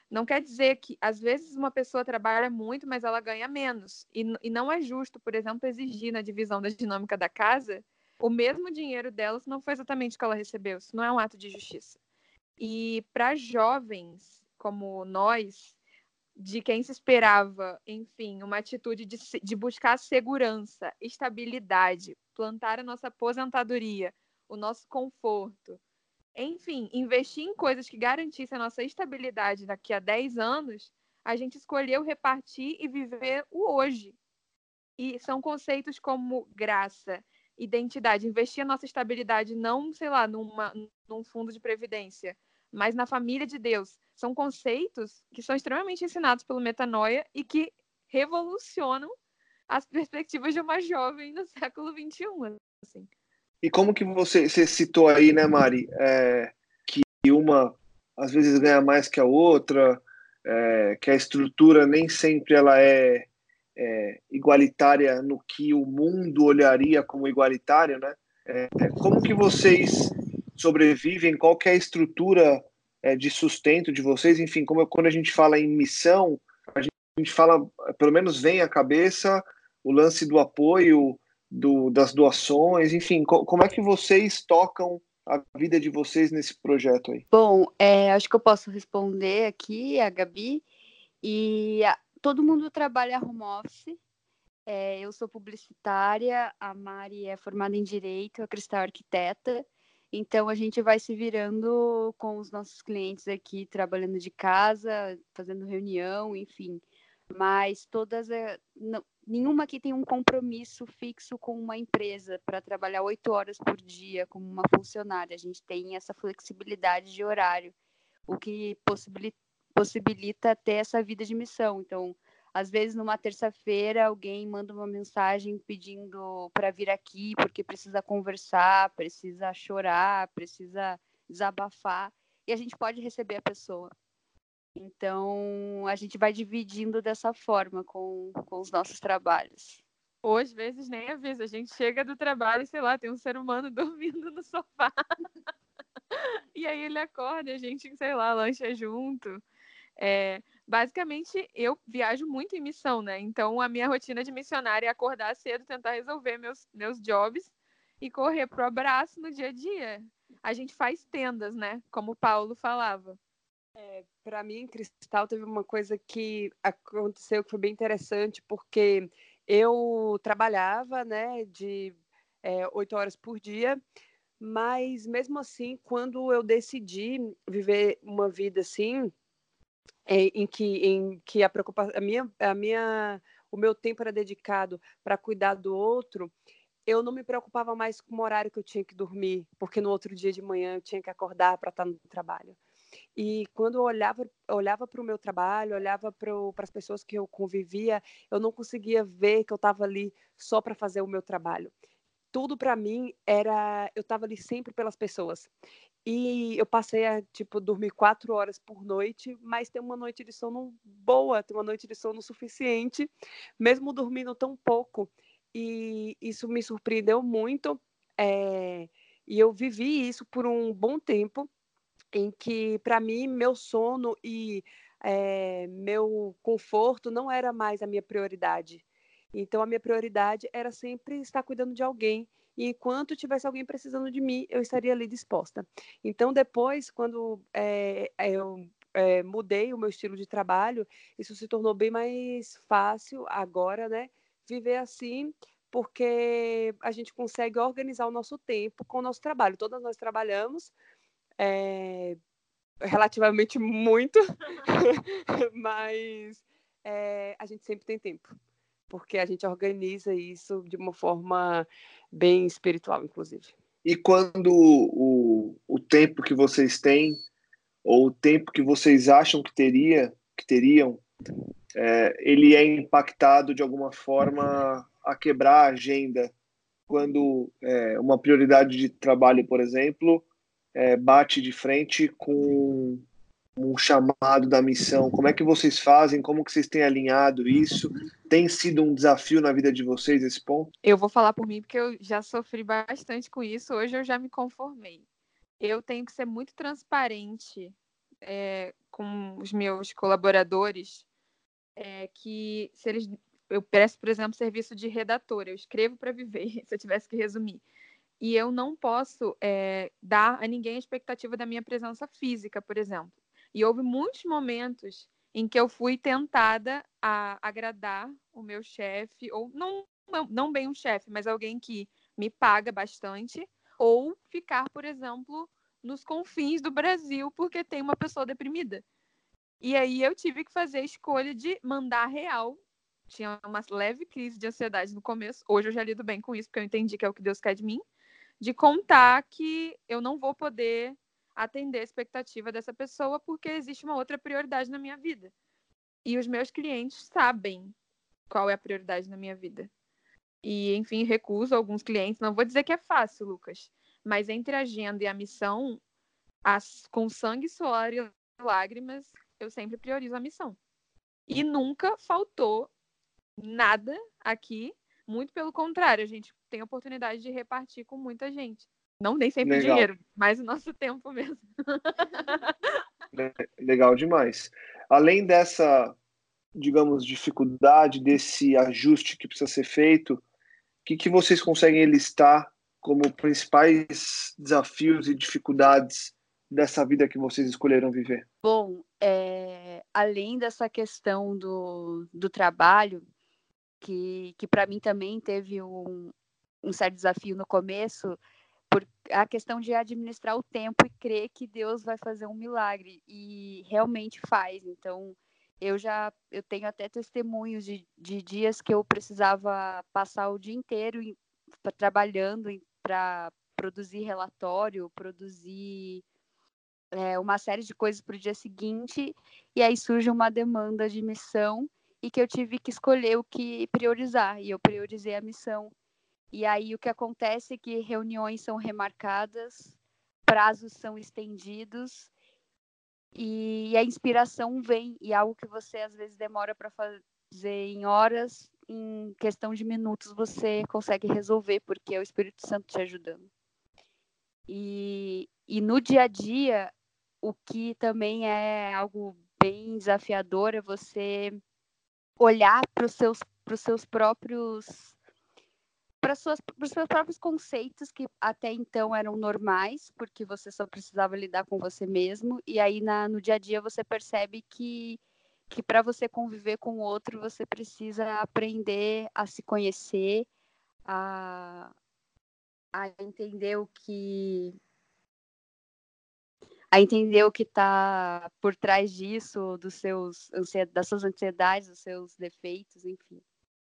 Não quer dizer que, às vezes, uma pessoa trabalha muito, mas ela ganha menos. E, e não é justo, por exemplo, exigir na divisão da dinâmica da casa o mesmo dinheiro dela se não foi exatamente o que ela recebeu. Isso não é um ato de justiça. E para jovens como nós, de quem se esperava, enfim, uma atitude de, de buscar segurança, estabilidade, plantar a nossa aposentadoria, o nosso conforto, enfim, investir em coisas que garantissem a nossa estabilidade daqui a dez anos, a gente escolheu repartir e viver o hoje. E são conceitos como graça, identidade, investir a nossa estabilidade não, sei lá, numa, num fundo de previdência, mas na família de Deus. São conceitos que são extremamente ensinados pelo Metanoia e que revolucionam as perspectivas de uma jovem no século vinte e um. Assim. E como que você, você citou aí, né, Mari, é, que uma às vezes ganha mais que a outra, é, que a estrutura nem sempre ela é, é igualitária no que o mundo olharia como igualitário, né? É, como que vocês sobrevivem? Qual que é a estrutura é, de sustento de vocês? Enfim, como quando a gente fala em missão, a gente, a gente fala, pelo menos vem à cabeça o lance do apoio, do, das doações, enfim, co como é que vocês tocam a vida de vocês nesse projeto aí? Bom, é, acho que eu posso responder aqui, a Gabi, e a, todo mundo trabalha home office. É, eu sou publicitária, a Mari é formada em Direito, a Cristal é arquiteta, então a gente vai se virando com os nossos clientes aqui, trabalhando de casa, fazendo reunião, enfim, mas todas, é, não, nenhuma aqui tem um compromisso fixo com uma empresa para trabalhar oito horas por dia como uma funcionária, a gente tem essa flexibilidade de horário, o que possibilita, possibilita ter essa vida de missão, então às vezes, numa terça-feira, alguém manda uma mensagem pedindo para vir aqui porque precisa conversar, precisa chorar, precisa desabafar, e a gente pode receber a pessoa. Então, a gente vai dividindo dessa forma com, com os nossos trabalhos. Ou às vezes nem avisa, a gente chega do trabalho e, sei lá, tem um ser humano dormindo no sofá. E aí ele acorda e a gente, sei lá, lancha junto. É, basicamente, eu viajo muito em missão, né? Então, a minha rotina de missionária é acordar cedo, tentar resolver meus, meus jobs e correr pro abraço no dia a dia. A gente faz tendas, né? Como o Paulo falava. É, para mim, em Cristal, teve uma coisa que aconteceu que foi bem interessante, porque eu trabalhava, né, de oito horas por dia, mas mesmo assim, quando eu decidi viver uma vida assim, é, em que, em que a preocupação, a minha, a minha, o meu tempo era dedicado para cuidar do outro, eu não me preocupava mais com o horário que eu tinha que dormir, porque no outro dia de manhã eu tinha que acordar para estar no trabalho. E quando eu olhava, olhava para o meu trabalho, olhava para as pessoas que eu convivia, eu não conseguia ver que eu estava ali só para fazer o meu trabalho. Tudo para mim era, eu estava ali sempre pelas pessoas. E eu passei a, tipo, dormir quatro horas por noite, mas ter uma noite de sono boa, ter uma noite de sono suficiente, mesmo dormindo tão pouco. E isso me surpreendeu muito. É, e eu vivi isso por um bom tempo, em que, para mim, meu sono e é, meu conforto não era mais a minha prioridade. Então, a minha prioridade era sempre estar cuidando de alguém. E enquanto tivesse alguém precisando de mim, eu estaria ali disposta. Então, depois, quando é, eu é, mudei o meu estilo de trabalho, isso se tornou bem mais fácil agora, né? Viver assim, porque a gente consegue organizar o nosso tempo com o nosso trabalho. Todas nós trabalhamos, é, relativamente muito, mas é, a gente sempre tem tempo, porque a gente organiza isso de uma forma bem espiritual, inclusive. E quando o, o tempo que vocês têm, ou o tempo que vocês acham que, teria, que teriam, é, ele é impactado de alguma forma a quebrar a agenda, quando é, uma prioridade de trabalho, por exemplo, é, bate de frente com um chamado da missão, como é que vocês fazem, como que vocês têm alinhado isso? Tem sido um desafio na vida de vocês esse ponto? Eu vou falar por mim porque eu já sofri bastante com isso, hoje eu já me conformei. Eu tenho que ser muito transparente é, com os meus colaboradores é que se eles, eu presto, por exemplo, serviço de redatora, eu escrevo para viver, se eu tivesse que resumir. E eu não posso é, dar a ninguém a expectativa da minha presença física, por exemplo. E houve muitos momentos em que eu fui tentada a agradar o meu chefe, ou não, não, não bem um chefe, mas alguém que me paga bastante, ou ficar, por exemplo, nos confins do Brasil porque tem uma pessoa deprimida. E aí eu tive que fazer a escolha de mandar real. Tinha uma leve crise de ansiedade no começo. Hoje eu já lido bem com isso, porque eu entendi que é o que Deus quer de mim. De contar que eu não vou poder atender a expectativa dessa pessoa porque existe uma outra prioridade na minha vida. E os meus clientes sabem qual é a prioridade na minha vida. E, enfim, recuso alguns clientes. Não vou dizer que é fácil, Lucas, mas entre a agenda e a missão, as, com sangue, suor e lágrimas, eu sempre priorizo a missão. E nunca faltou nada aqui. Muito pelo contrário, a gente tem a oportunidade de repartir com muita gente. Não nem sempre Legal. dinheiro, mas o nosso tempo mesmo. Legal demais. Além dessa, digamos, dificuldade, desse ajuste que precisa ser feito, o que, que vocês conseguem listar como principais desafios e dificuldades dessa vida que vocês escolheram viver? Bom, é, além dessa questão do, do trabalho, que, que para mim também teve um, um certo desafio no começo, por a questão de administrar o tempo e crer que Deus vai fazer um milagre, e realmente faz. Então, eu já eu tenho até testemunhos de, de dias que eu precisava passar o dia inteiro em, trabalhando para produzir relatório, produzir é, uma série de coisas para o dia seguinte, e aí surge uma demanda de missão e que eu tive que escolher o que priorizar, e eu priorizei a missão. E aí o que acontece é que reuniões são remarcadas, prazos são estendidos, e a inspiração vem, e algo que você às vezes demora para fazer em horas, em questão de minutos você consegue resolver, porque é o Espírito Santo te ajudando. E, e no dia a dia, o que também é algo bem desafiador é você olhar para os seus, pros seus próprios para os seus próprios conceitos que até então eram normais, porque você só precisava lidar com você mesmo, e aí na, no dia a dia você percebe que, que para você conviver com o outro, você precisa aprender a se conhecer, a, a entender o que a entender o que está por trás disso, dos seus, das suas ansiedades, dos seus defeitos, enfim.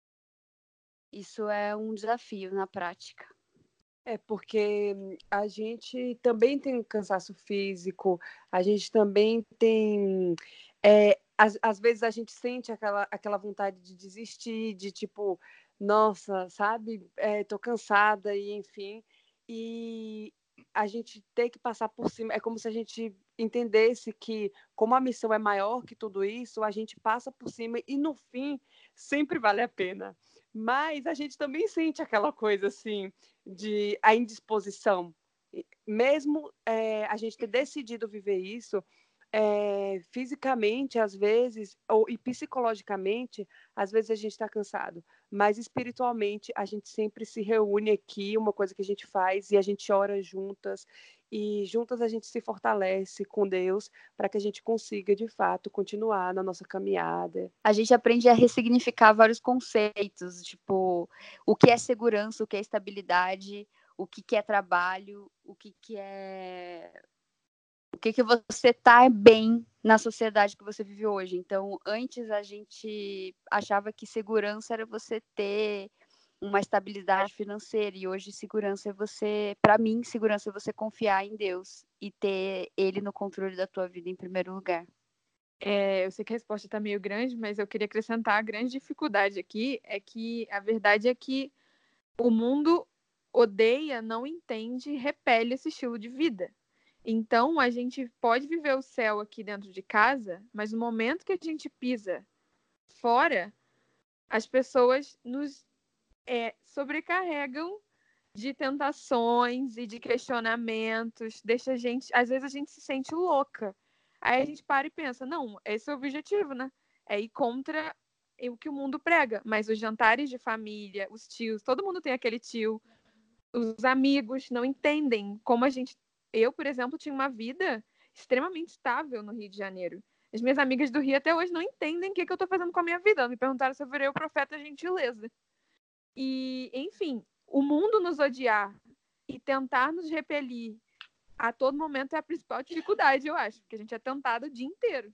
Isso é um desafio na prática. É porque a gente também tem cansaço físico, a gente também tem... É, às, às vezes a gente sente aquela, aquela vontade de desistir, de tipo, nossa, sabe, é, tô cansada, e enfim. E a gente tem que passar por cima, é como se a gente entendesse que, como a missão é maior que tudo isso, a gente passa por cima e no fim sempre vale a pena. Mas a gente também sente aquela coisa assim de a indisposição, mesmo é, a gente ter decidido viver isso, é, fisicamente às vezes ou e psicologicamente às vezes a gente está cansado, mas espiritualmente a gente sempre se reúne aqui, uma coisa que a gente faz, e a gente ora juntas, e juntas a gente se fortalece com Deus para que a gente consiga de fato continuar na nossa caminhada. A gente aprende a ressignificar vários conceitos, tipo o que é segurança, o que é estabilidade, o que, que é trabalho, o que, que é o que, que você tá bem na sociedade que você vive hoje. Então, antes a gente achava que segurança era você ter uma estabilidade financeira, e hoje segurança é você, para mim, segurança é você confiar em Deus e ter Ele no controle da tua vida em primeiro lugar. É, eu sei que a resposta está meio grande, mas eu queria acrescentar a grande dificuldade aqui, é que a verdade é que o mundo odeia, não entende, repele esse estilo de vida. Então, a gente pode viver o céu aqui dentro de casa, mas no momento que a gente pisa fora, as pessoas nos é, sobrecarregam de tentações e de questionamentos, deixa a gente, às vezes a gente se sente louca, Aí a gente para e pensa, não, esse é o objetivo, né? É ir contra o que o mundo prega. Mas os jantares de família, os tios, todo mundo tem aquele tio, os amigos não entendem como a gente... Eu, por exemplo, tinha uma vida extremamente estável no Rio de Janeiro. As minhas amigas do Rio até hoje não entendem o que, que eu estou fazendo com a minha vida. Elas me perguntaram se eu virei o profeta gentileza. E, enfim, o mundo nos odiar e tentar nos repelir a todo momento é a principal dificuldade, eu acho, porque a gente é tentado o dia inteiro.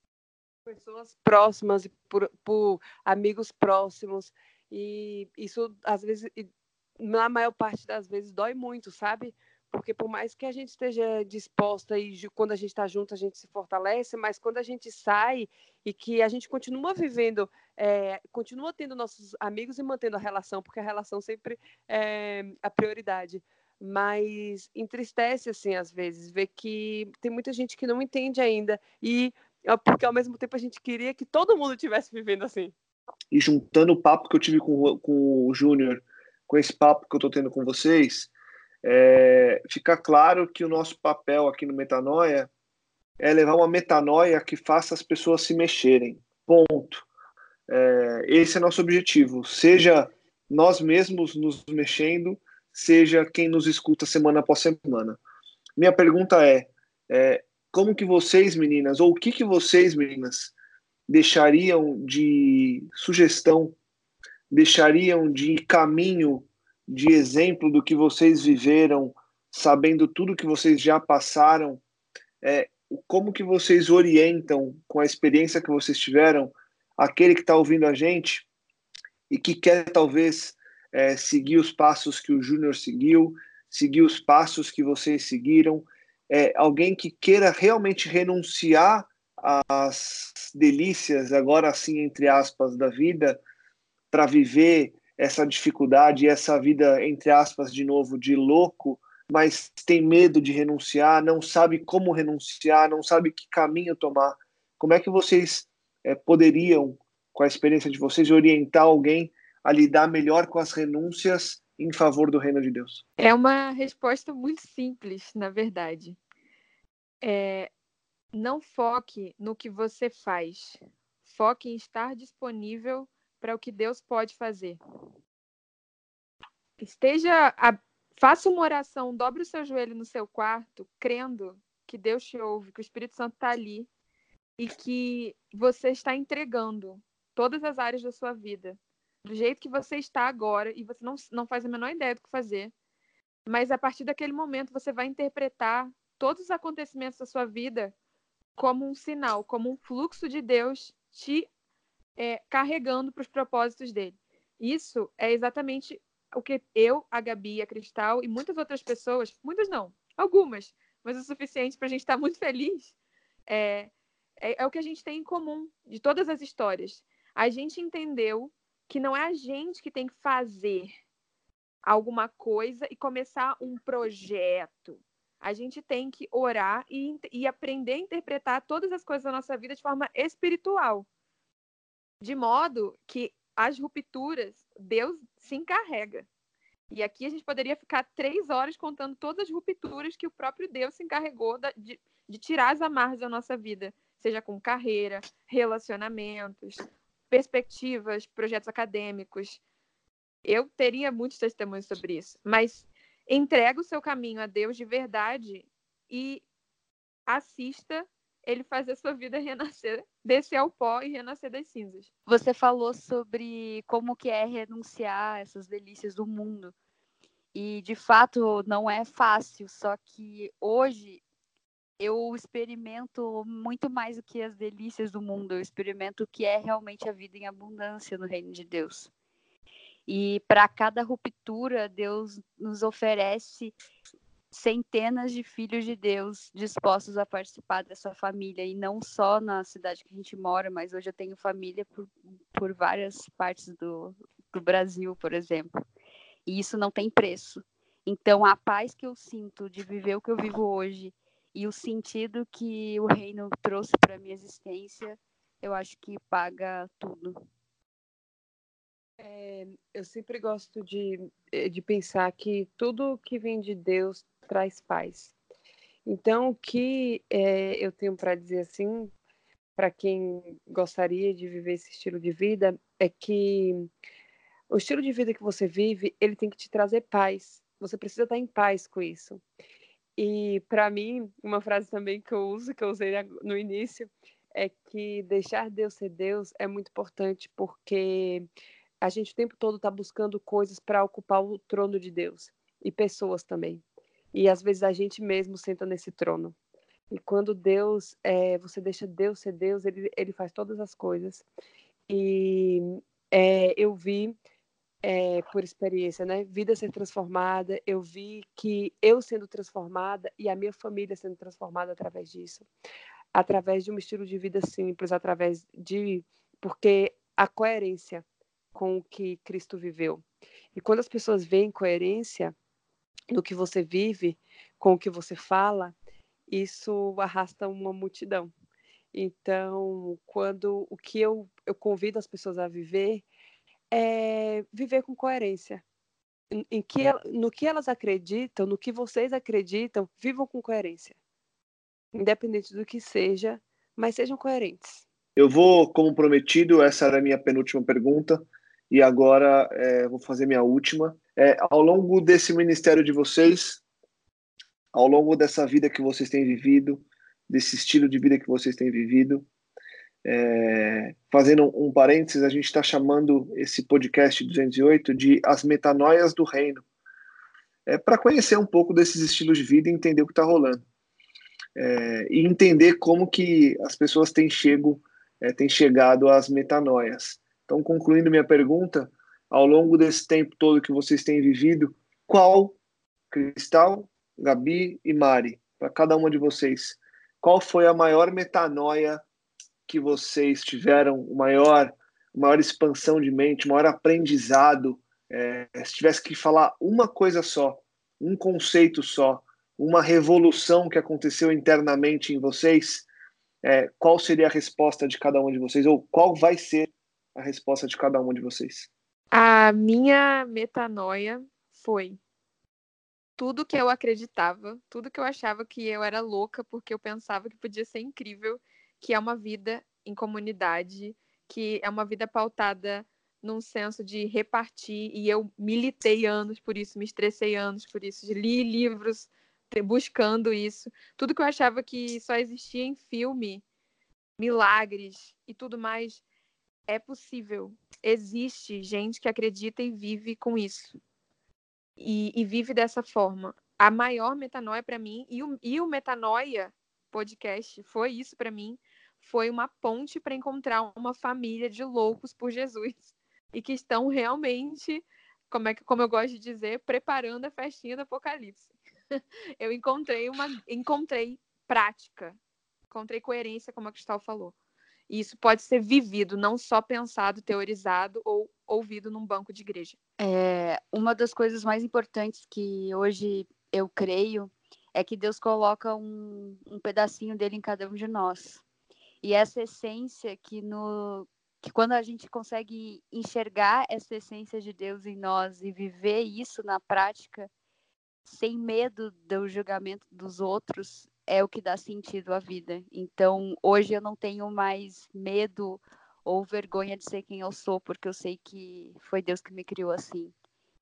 Pessoas próximas e por, por amigos próximos, e isso às vezes, na maior parte das vezes, dói muito, sabe? Porque por mais que a gente esteja disposta e quando a gente está junto a gente se fortalece, mas quando a gente sai e que a gente continua vivendo, é, continua tendo nossos amigos e mantendo a relação, porque a relação sempre é a prioridade. Mas entristece, assim, às vezes, ver que tem muita gente que não entende ainda, e porque ao mesmo tempo a gente queria que todo mundo estivesse vivendo assim. E juntando o papo que eu tive com, com o Júnior, com esse papo que eu estou tendo com vocês, é, fica claro que o nosso papel aqui no Metanoia é levar uma metanoia que faça as pessoas se mexerem. Ponto. É, esse é nosso objetivo. Seja nós mesmos nos mexendo, seja quem nos escuta semana após semana. Minha pergunta é, é como que vocês, meninas, ou o que que vocês, meninas, deixariam de sugestão, deixariam de caminho, de exemplo do que vocês viveram, sabendo tudo que vocês já passaram, é, como que vocês orientam, com a experiência que vocês tiveram, aquele que está ouvindo a gente e que quer talvez é, seguir os passos que o Júnior seguiu, seguir os passos que vocês seguiram, é, alguém que queira realmente renunciar às delícias, agora sim, entre aspas, da vida, para viver essa dificuldade, essa vida, entre aspas, de novo, de louco, mas tem medo de renunciar, não sabe como renunciar, não sabe que caminho tomar. Como é que vocês é, poderiam, com a experiência de vocês, orientar alguém a lidar melhor com as renúncias em favor do reino de Deus? É uma resposta muito simples, na verdade. É, não foque no que você faz. Foque em estar disponível para o que Deus pode fazer. Esteja, a, faça uma oração, dobre o seu joelho no seu quarto, crendo que Deus te ouve, que o Espírito Santo está ali e que você está entregando todas as áreas da sua vida do jeito que você está agora e você não, não faz a menor ideia do que fazer. Mas a partir daquele momento você vai interpretar todos os acontecimentos da sua vida como um sinal, como um fluxo de Deus te é, carregando para os propósitos dele. Isso é exatamente o que eu, a Gabi, a Cristal e muitas outras pessoas, muitas não, algumas, mas o suficiente para a gente estar muito feliz, é, é, é o que a gente tem em comum de todas as histórias. A gente entendeu que não é a gente que tem que fazer alguma coisa e começar um projeto. A gente tem que orar e, e aprender a interpretar todas as coisas da nossa vida de forma espiritual. De modo que as rupturas, Deus se encarrega. E aqui a gente poderia ficar três horas contando todas as rupturas que o próprio Deus se encarregou de, de tirar as amarras da nossa vida. Seja com carreira, relacionamentos, perspectivas, projetos acadêmicos. Eu teria muitos testemunhos sobre isso. Mas entrega o seu caminho a Deus de verdade e assista ele fazer a sua vida renascer, descer ao pó e renascer das cinzas. Você falou sobre como que é renunciar a essas delícias do mundo. E, de fato, não é fácil, só que hoje eu experimento muito mais do que as delícias do mundo. Eu experimento o que é realmente a vida em abundância no reino de Deus. E para cada ruptura, Deus nos oferece centenas de filhos de Deus dispostos a participar dessa família, e não só na cidade que a gente mora, mas hoje eu tenho família por, por várias partes do, do Brasil, por exemplo, e isso não tem preço. Então a paz que eu sinto de viver o que eu vivo hoje e o sentido que o reino trouxe para a minha existência, eu acho que paga tudo. É, eu sempre gosto de, de pensar que tudo que vem de Deus traz paz. Então, o que é, eu tenho para dizer assim, para quem gostaria de viver esse estilo de vida, é que o estilo de vida que você vive, ele tem que te trazer paz. Você precisa estar em paz com isso. E, para mim, uma frase também que eu uso, que eu usei no início, é que deixar Deus ser Deus é muito importante, porque a gente o tempo todo está buscando coisas para ocupar o trono de Deus. E pessoas também. E, às vezes, a gente mesmo senta nesse trono. E quando Deus, é, você deixa Deus ser Deus, ele, ele faz todas as coisas. E é, eu vi, é, por experiência, né, vida ser transformada, eu vi que eu sendo transformada e a minha família sendo transformada através disso, através de um estilo de vida simples, através de... Porque a coerência com o que Cristo viveu. E quando as pessoas veem coerência no que você vive, com o que você fala, isso arrasta uma multidão. Então, quando o que eu, eu convido as pessoas a viver é viver com coerência. Em, em que, no que elas acreditam, no que vocês acreditam, vivam com coerência. Independente do que seja, mas sejam coerentes. Eu vou, como prometido, essa era a minha penúltima pergunta, e agora é, vou fazer minha última. É, ao longo desse ministério de vocês, ao longo dessa vida que vocês têm vivido, desse estilo de vida que vocês têm vivido, é, fazendo um parênteses, a gente está chamando esse podcast duzentos e oito de As Metanoias do Reino, é, para conhecer um pouco desses estilos de vida e entender o que está rolando. É, e entender como que as pessoas têm, chego, é, têm chegado às metanoias. Então, concluindo minha pergunta, ao longo desse tempo todo que vocês têm vivido, qual, Cristal, Gabi e Mari, para cada uma de vocês, qual foi a maior metanoia que vocês tiveram, o maior, maior expansão de mente, o maior aprendizado? É, se tivesse que falar uma coisa só, um conceito só, uma revolução que aconteceu internamente em vocês, é, qual seria a resposta de cada um de vocês? Ou qual vai ser a resposta de cada um de vocês? A minha metanoia foi tudo que eu acreditava, tudo que eu achava que eu era louca, porque eu pensava que podia ser incrível, que é uma vida em comunidade, que é uma vida pautada num senso de repartir, e eu militei anos por isso, me estressei anos por isso, li livros buscando isso. Tudo que eu achava que só existia em filme, milagres e tudo mais, é possível. Existe gente que acredita e vive com isso. E, e vive dessa forma. A maior metanoia para mim, e o, e o Metanoia podcast foi isso para mim, foi uma ponte para encontrar uma família de loucos por Jesus. E que estão realmente, como, é que, como eu gosto de dizer, preparando a festinha do Apocalipse. Eu encontrei uma encontrei prática, encontrei coerência, como a Cristal falou. E isso pode ser vivido, não só pensado, teorizado ou ouvido num banco de igreja. É, uma das coisas mais importantes que hoje eu creio é que Deus coloca um, um pedacinho dele em cada um de nós. E essa essência que, no, que quando a gente consegue enxergar essa essência de Deus em nós e viver isso na prática, sem medo do julgamento dos outros, é o que dá sentido à vida. Então, hoje eu não tenho mais medo ou vergonha de ser quem eu sou, porque eu sei que foi Deus que me criou assim.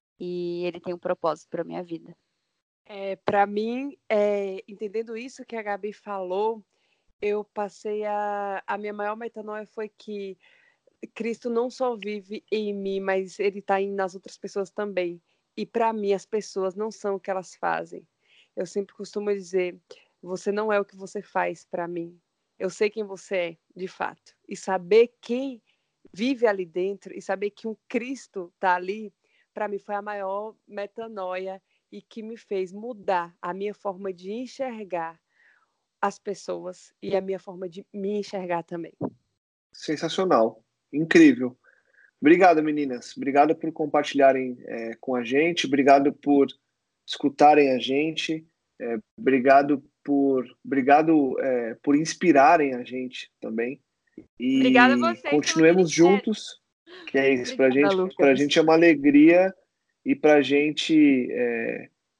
E Ele tem um propósito para minha vida. É, para mim, é, entendendo isso que a Gabi falou, eu passei a... A minha maior metanoia foi que Cristo não só vive em mim, mas Ele está nas outras pessoas também. E para mim, as pessoas não são o que elas fazem. Eu sempre costumo dizer, você não é o que você faz para mim. Eu sei quem você é, de fato. E saber quem vive ali dentro e saber que um Cristo está ali, para mim foi a maior metanoia e que me fez mudar a minha forma de enxergar as pessoas e a minha forma de me enxergar também. Sensacional, incrível. Obrigado, meninas. Obrigado por compartilharem é, com a gente. Obrigado por escutarem a gente. É, obrigado por, obrigado é, por inspirarem a gente também. E Obrigada a vocês continuemos juntos. Que é isso, para gente, para gente é uma alegria e para a gente é,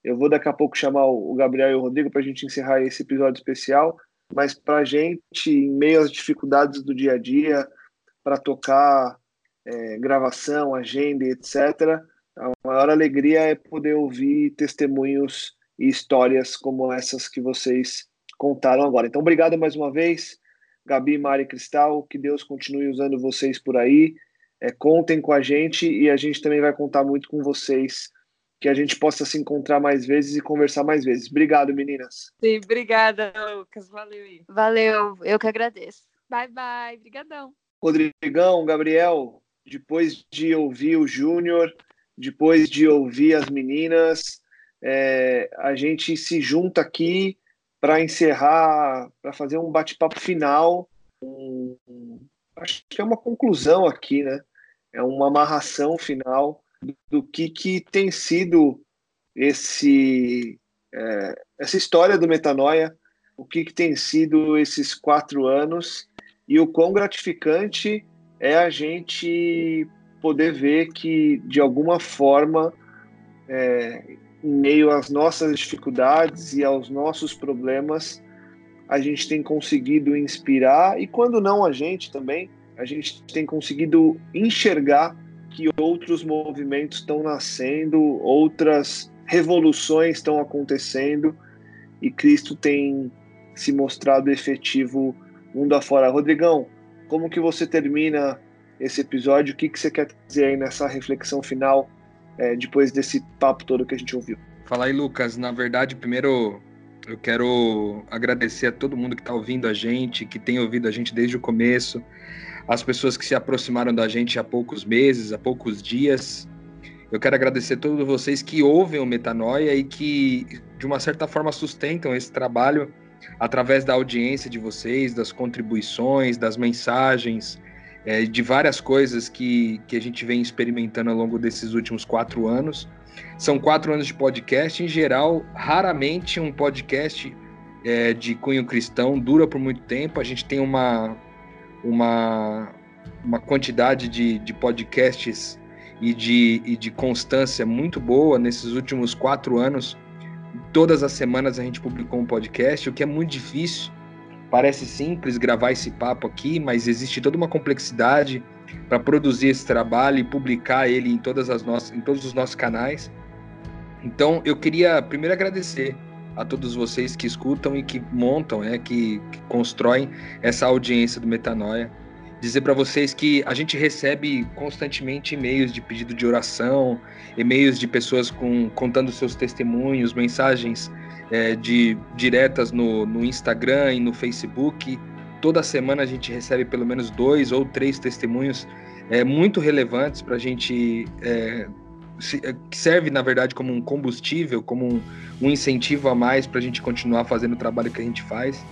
Eu vou daqui a pouco chamar o Gabriel e o Rodrigo para a gente encerrar esse episódio especial, mas para a gente, em meio às dificuldades do dia a dia, para tocar é, gravação, agenda, etcétera, a maior alegria é poder ouvir testemunhos e histórias como essas que vocês contaram agora. Então, obrigado mais uma vez, Gabi, Mari e Cristal, que Deus continue usando vocês por aí, é, contem com a gente e a gente também vai contar muito com vocês, que a gente possa se encontrar mais vezes e conversar mais vezes. Obrigado, meninas. Sim, obrigada, Lucas. Valeu aí. Valeu, eu que agradeço. Bye, bye. Brigadão. Rodrigão, Gabriel, depois de ouvir o Júnior, depois de ouvir as meninas, é, a gente se junta aqui para encerrar, para fazer um bate-papo final. Um, acho que é uma conclusão aqui, né? É uma amarração final do que, que tem sido esse, é, essa história do Metanoia, o que, que tem sido esses quatro anos e o quão gratificante é a gente poder ver que, de alguma forma, é, em meio às nossas dificuldades e aos nossos problemas, a gente tem conseguido inspirar, e quando não a gente também, a gente tem conseguido enxergar que outros movimentos estão nascendo, outras revoluções estão acontecendo, e Cristo tem se mostrado efetivo mundo afora. Rodrigão, como que você termina esse episódio? O que, que você quer dizer aí nessa reflexão final, é, depois desse papo todo que a gente ouviu? Fala aí, Lucas. Na verdade, primeiro eu quero agradecer a todo mundo que está ouvindo a gente, que tem ouvido a gente desde o começo, as pessoas que se aproximaram da gente há poucos meses, há poucos dias. Eu quero agradecer a todos vocês que ouvem o Metanoia e que, de uma certa forma, sustentam esse trabalho através da audiência de vocês, das contribuições, das mensagens, é, de várias coisas que, que a gente vem experimentando ao longo desses últimos quatro anos. São quatro anos de podcast. Em geral, raramente um podcast é, de cunho cristão dura por muito tempo. A gente tem uma, uma, uma quantidade de, de podcasts e de, e de constância muito boa nesses últimos quatro anos. Todas as semanas a gente publicou um podcast, o que é muito difícil. Parece simples gravar esse papo aqui, mas existe toda uma complexidade para produzir esse trabalho e publicar ele em, todas as nossas, em todos os nossos canais. Então, eu queria primeiro agradecer a todos vocês que escutam e que montam, né, que, que constroem essa audiência do Metanoia. Dizer para vocês que a gente recebe constantemente e-mails de pedido de oração, e-mails de pessoas com, contando seus testemunhos, mensagens é, de, diretas no, no Instagram e no Facebook. Toda semana a gente recebe pelo menos dois ou três testemunhos é, muito relevantes para a gente, é, se, que serve, na verdade, como um combustível, como um, um incentivo a mais para a gente continuar fazendo o trabalho que a gente faz.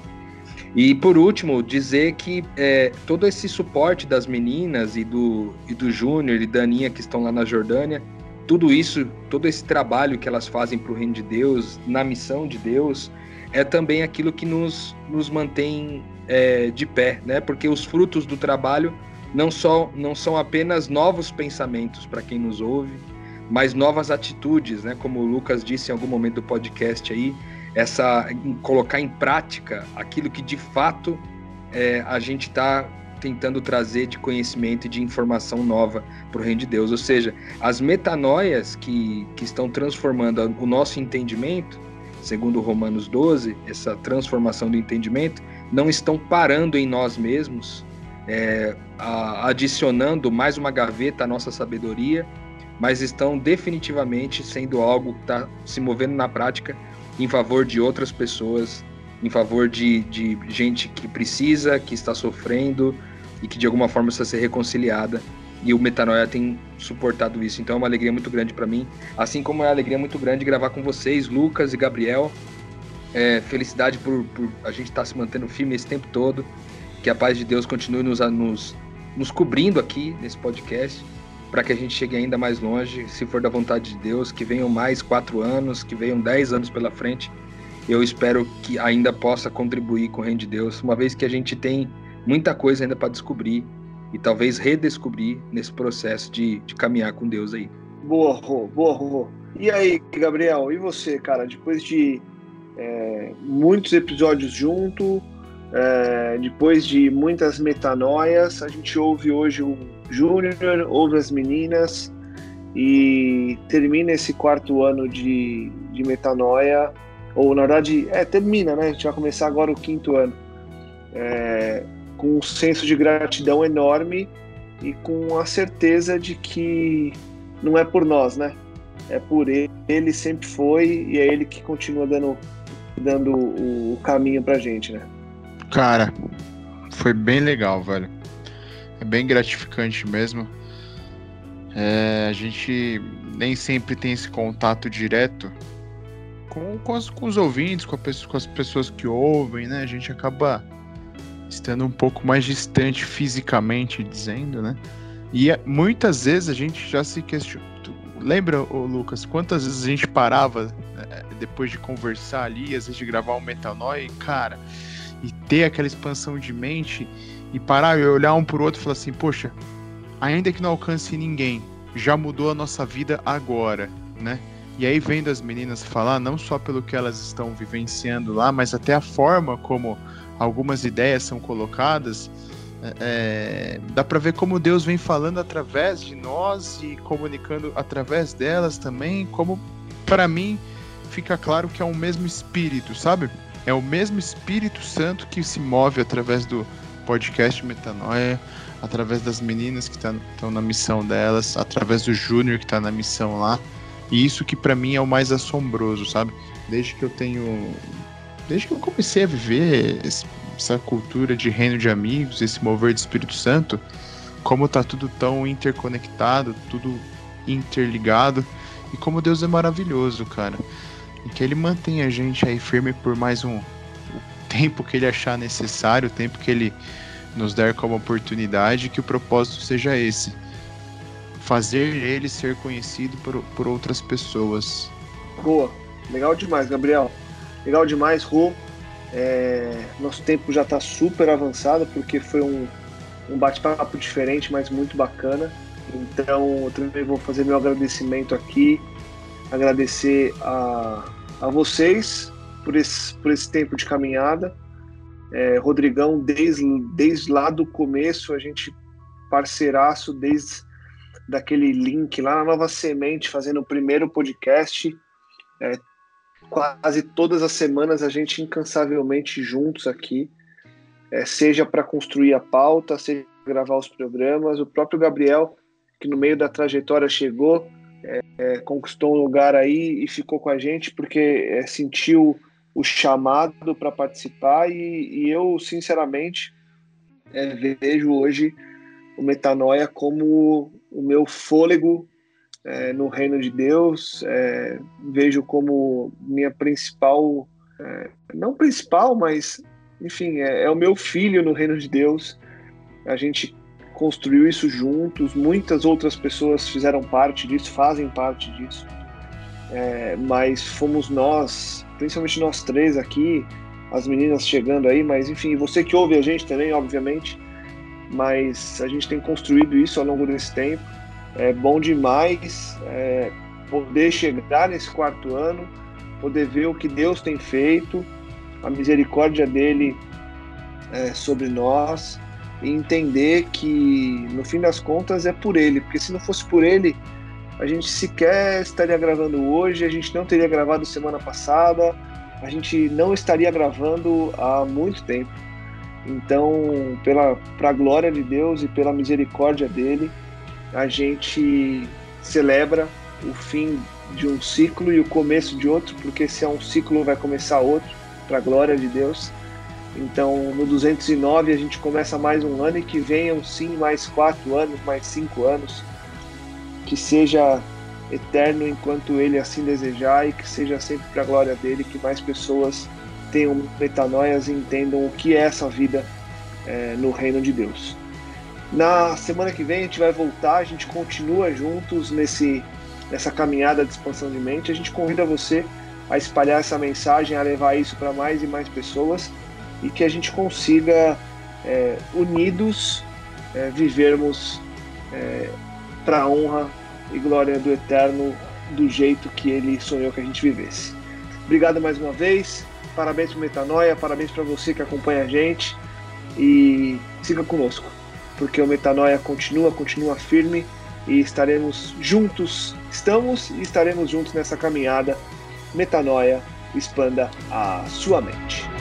E, por último, dizer que é, todo esse suporte das meninas e do, e do Júnior e da Aninha que estão lá na Jordânia, tudo isso, todo esse trabalho que elas fazem para o reino de Deus, na missão de Deus, é também aquilo que nos, nos mantém é, de pé, né? Porque os frutos do trabalho não, só, não são apenas novos pensamentos para quem nos ouve, mas novas atitudes, né? Como o Lucas disse em algum momento do podcast aí, essa colocar em prática aquilo que de fato é, a gente está tentando trazer de conhecimento e de informação nova para o reino de Deus. Ou seja, as metanoias que, que estão transformando o nosso entendimento, segundo Romanos doze, essa transformação do entendimento, não estão parando em nós mesmos, é, a, adicionando mais uma gaveta à nossa sabedoria, mas estão definitivamente sendo algo que está se movendo na prática em favor de outras pessoas, em favor de, de gente que precisa, que está sofrendo e que de alguma forma precisa ser reconciliada. E o Metanoia tem suportado isso. Então é uma alegria muito grande para mim. Assim como é uma alegria muito grande gravar com vocês, Lucas e Gabriel. É, felicidade por, por a gente estar tá se mantendo firme esse tempo todo. Que a paz de Deus continue nos, nos, nos cobrindo aqui nesse podcast, para que a gente chegue ainda mais longe, se for da vontade de Deus, que venham mais quatro anos, que venham dez anos pela frente. Eu espero que ainda possa contribuir com o reino de Deus, uma vez que a gente tem muita coisa ainda para descobrir e talvez redescobrir nesse processo de, de caminhar com Deus aí. Boa, Rô, boa, Rô. E aí, Gabriel, e você, cara? Depois de é, muitos episódios junto, é, depois de muitas metanoias, a gente ouve hoje o Júnior, ouve as meninas e termina esse quarto ano de, de metanoia, ou na verdade, é, termina, né? A gente vai começar agora o quinto ano, é, com um senso de gratidão enorme e com a certeza de que não é por nós, né? É por ele, ele sempre foi e é ele que continua dando, dando o caminho pra gente, né? Cara, foi bem legal, velho. É bem gratificante mesmo. É, a gente nem sempre tem esse contato direto com, com, as, com os ouvintes, com, a, com as pessoas que ouvem, né? A gente acaba estando um pouco mais distante fisicamente, dizendo, né? E muitas vezes a gente já se questiona. Lembra, ô Lucas, quantas vezes a gente parava né, depois de conversar ali, às vezes de gravar um Metanoia, e, cara, e ter aquela expansão de mente e parar e olhar um pro outro e falar assim, poxa, ainda que não alcance ninguém, já mudou a nossa vida agora, né? E aí vendo as meninas falar, não só pelo que elas estão vivenciando lá, mas até a forma como algumas ideias são colocadas, é, dá para ver como Deus vem falando através de nós e comunicando através delas também, como para mim fica claro que é o mesmo Espírito, sabe? É o mesmo Espírito Santo que se move através do podcast Metanoia, através das meninas que estão na missão delas, através do Júnior que está na missão lá, e isso que para mim é o mais assombroso, sabe? Desde que eu tenho... Desde que eu comecei a viver esse, essa cultura de reino de amigos, esse mover do Espírito Santo, como tá tudo tão interconectado, tudo interligado, e como Deus é maravilhoso, cara. E que Ele mantém a gente aí firme por mais um o tempo que Ele achar necessário, o tempo que Ele nos der como oportunidade, que o propósito seja esse. Fazer Ele ser conhecido por, por outras pessoas. Boa, legal demais, Gabriel. Legal demais, Rô. É, nosso tempo já está super avançado, porque foi um, um bate-papo diferente, mas muito bacana. Então, eu também vou fazer meu agradecimento aqui, agradecer a, a vocês por esse, por esse tempo de caminhada. É, Rodrigão, desde, desde lá do começo, a gente parceiraço, desde daquele link lá na Nova Semente, fazendo o primeiro podcast. É, quase todas as semanas a gente incansavelmente juntos aqui, é, seja para construir a pauta, seja para gravar os programas. O próprio Gabriel, que no meio da trajetória chegou, é, é, conquistou um lugar aí e ficou com a gente porque é, sentiu o chamado para participar, e, e eu sinceramente é, vejo hoje o Metanoia como o meu fôlego É, no reino de Deus, é, vejo como minha principal, é, não principal, mas enfim, é, é o meu filho no reino de Deus. A gente construiu isso juntos, muitas outras pessoas fizeram parte disso, fazem parte disso, é, mas fomos nós, principalmente nós três aqui, as meninas chegando aí, mas enfim, você que ouve a gente também, obviamente, mas a gente tem construído isso ao longo desse tempo. É bom demais é, poder chegar nesse quarto ano, poder ver o que Deus tem feito, a misericórdia dele é, sobre nós, e entender que, no fim das contas, é por ele, porque se não fosse por ele, a gente sequer estaria gravando hoje, a gente não teria gravado semana passada, a gente não estaria gravando há muito tempo. Então, pela, pra glória de Deus e pela misericórdia dele, a gente celebra o fim de um ciclo e o começo de outro, porque se é um ciclo vai começar outro, para a glória de Deus. Então no duzentos e nove a gente começa mais um ano, e que venham sim mais quatro anos, mais cinco anos, que seja eterno enquanto ele assim desejar, e que seja sempre para a glória dele, que mais pessoas tenham metanoias e entendam o que é essa vida é, no reino de Deus. Na semana que vem a gente vai voltar, a gente continua juntos nesse, nessa caminhada de expansão de mente. A gente convida você a espalhar essa mensagem, a levar isso para mais e mais pessoas, e que a gente consiga, é, unidos, é, vivermos é, para a honra e glória do Eterno do jeito que ele sonhou que a gente vivesse. Obrigado mais uma vez, parabéns para o Metanoia, parabéns para você que acompanha a gente e siga conosco, porque o Metanoia continua, continua firme e estaremos juntos, estamos e estaremos juntos nessa caminhada. Metanoia, expanda a sua mente.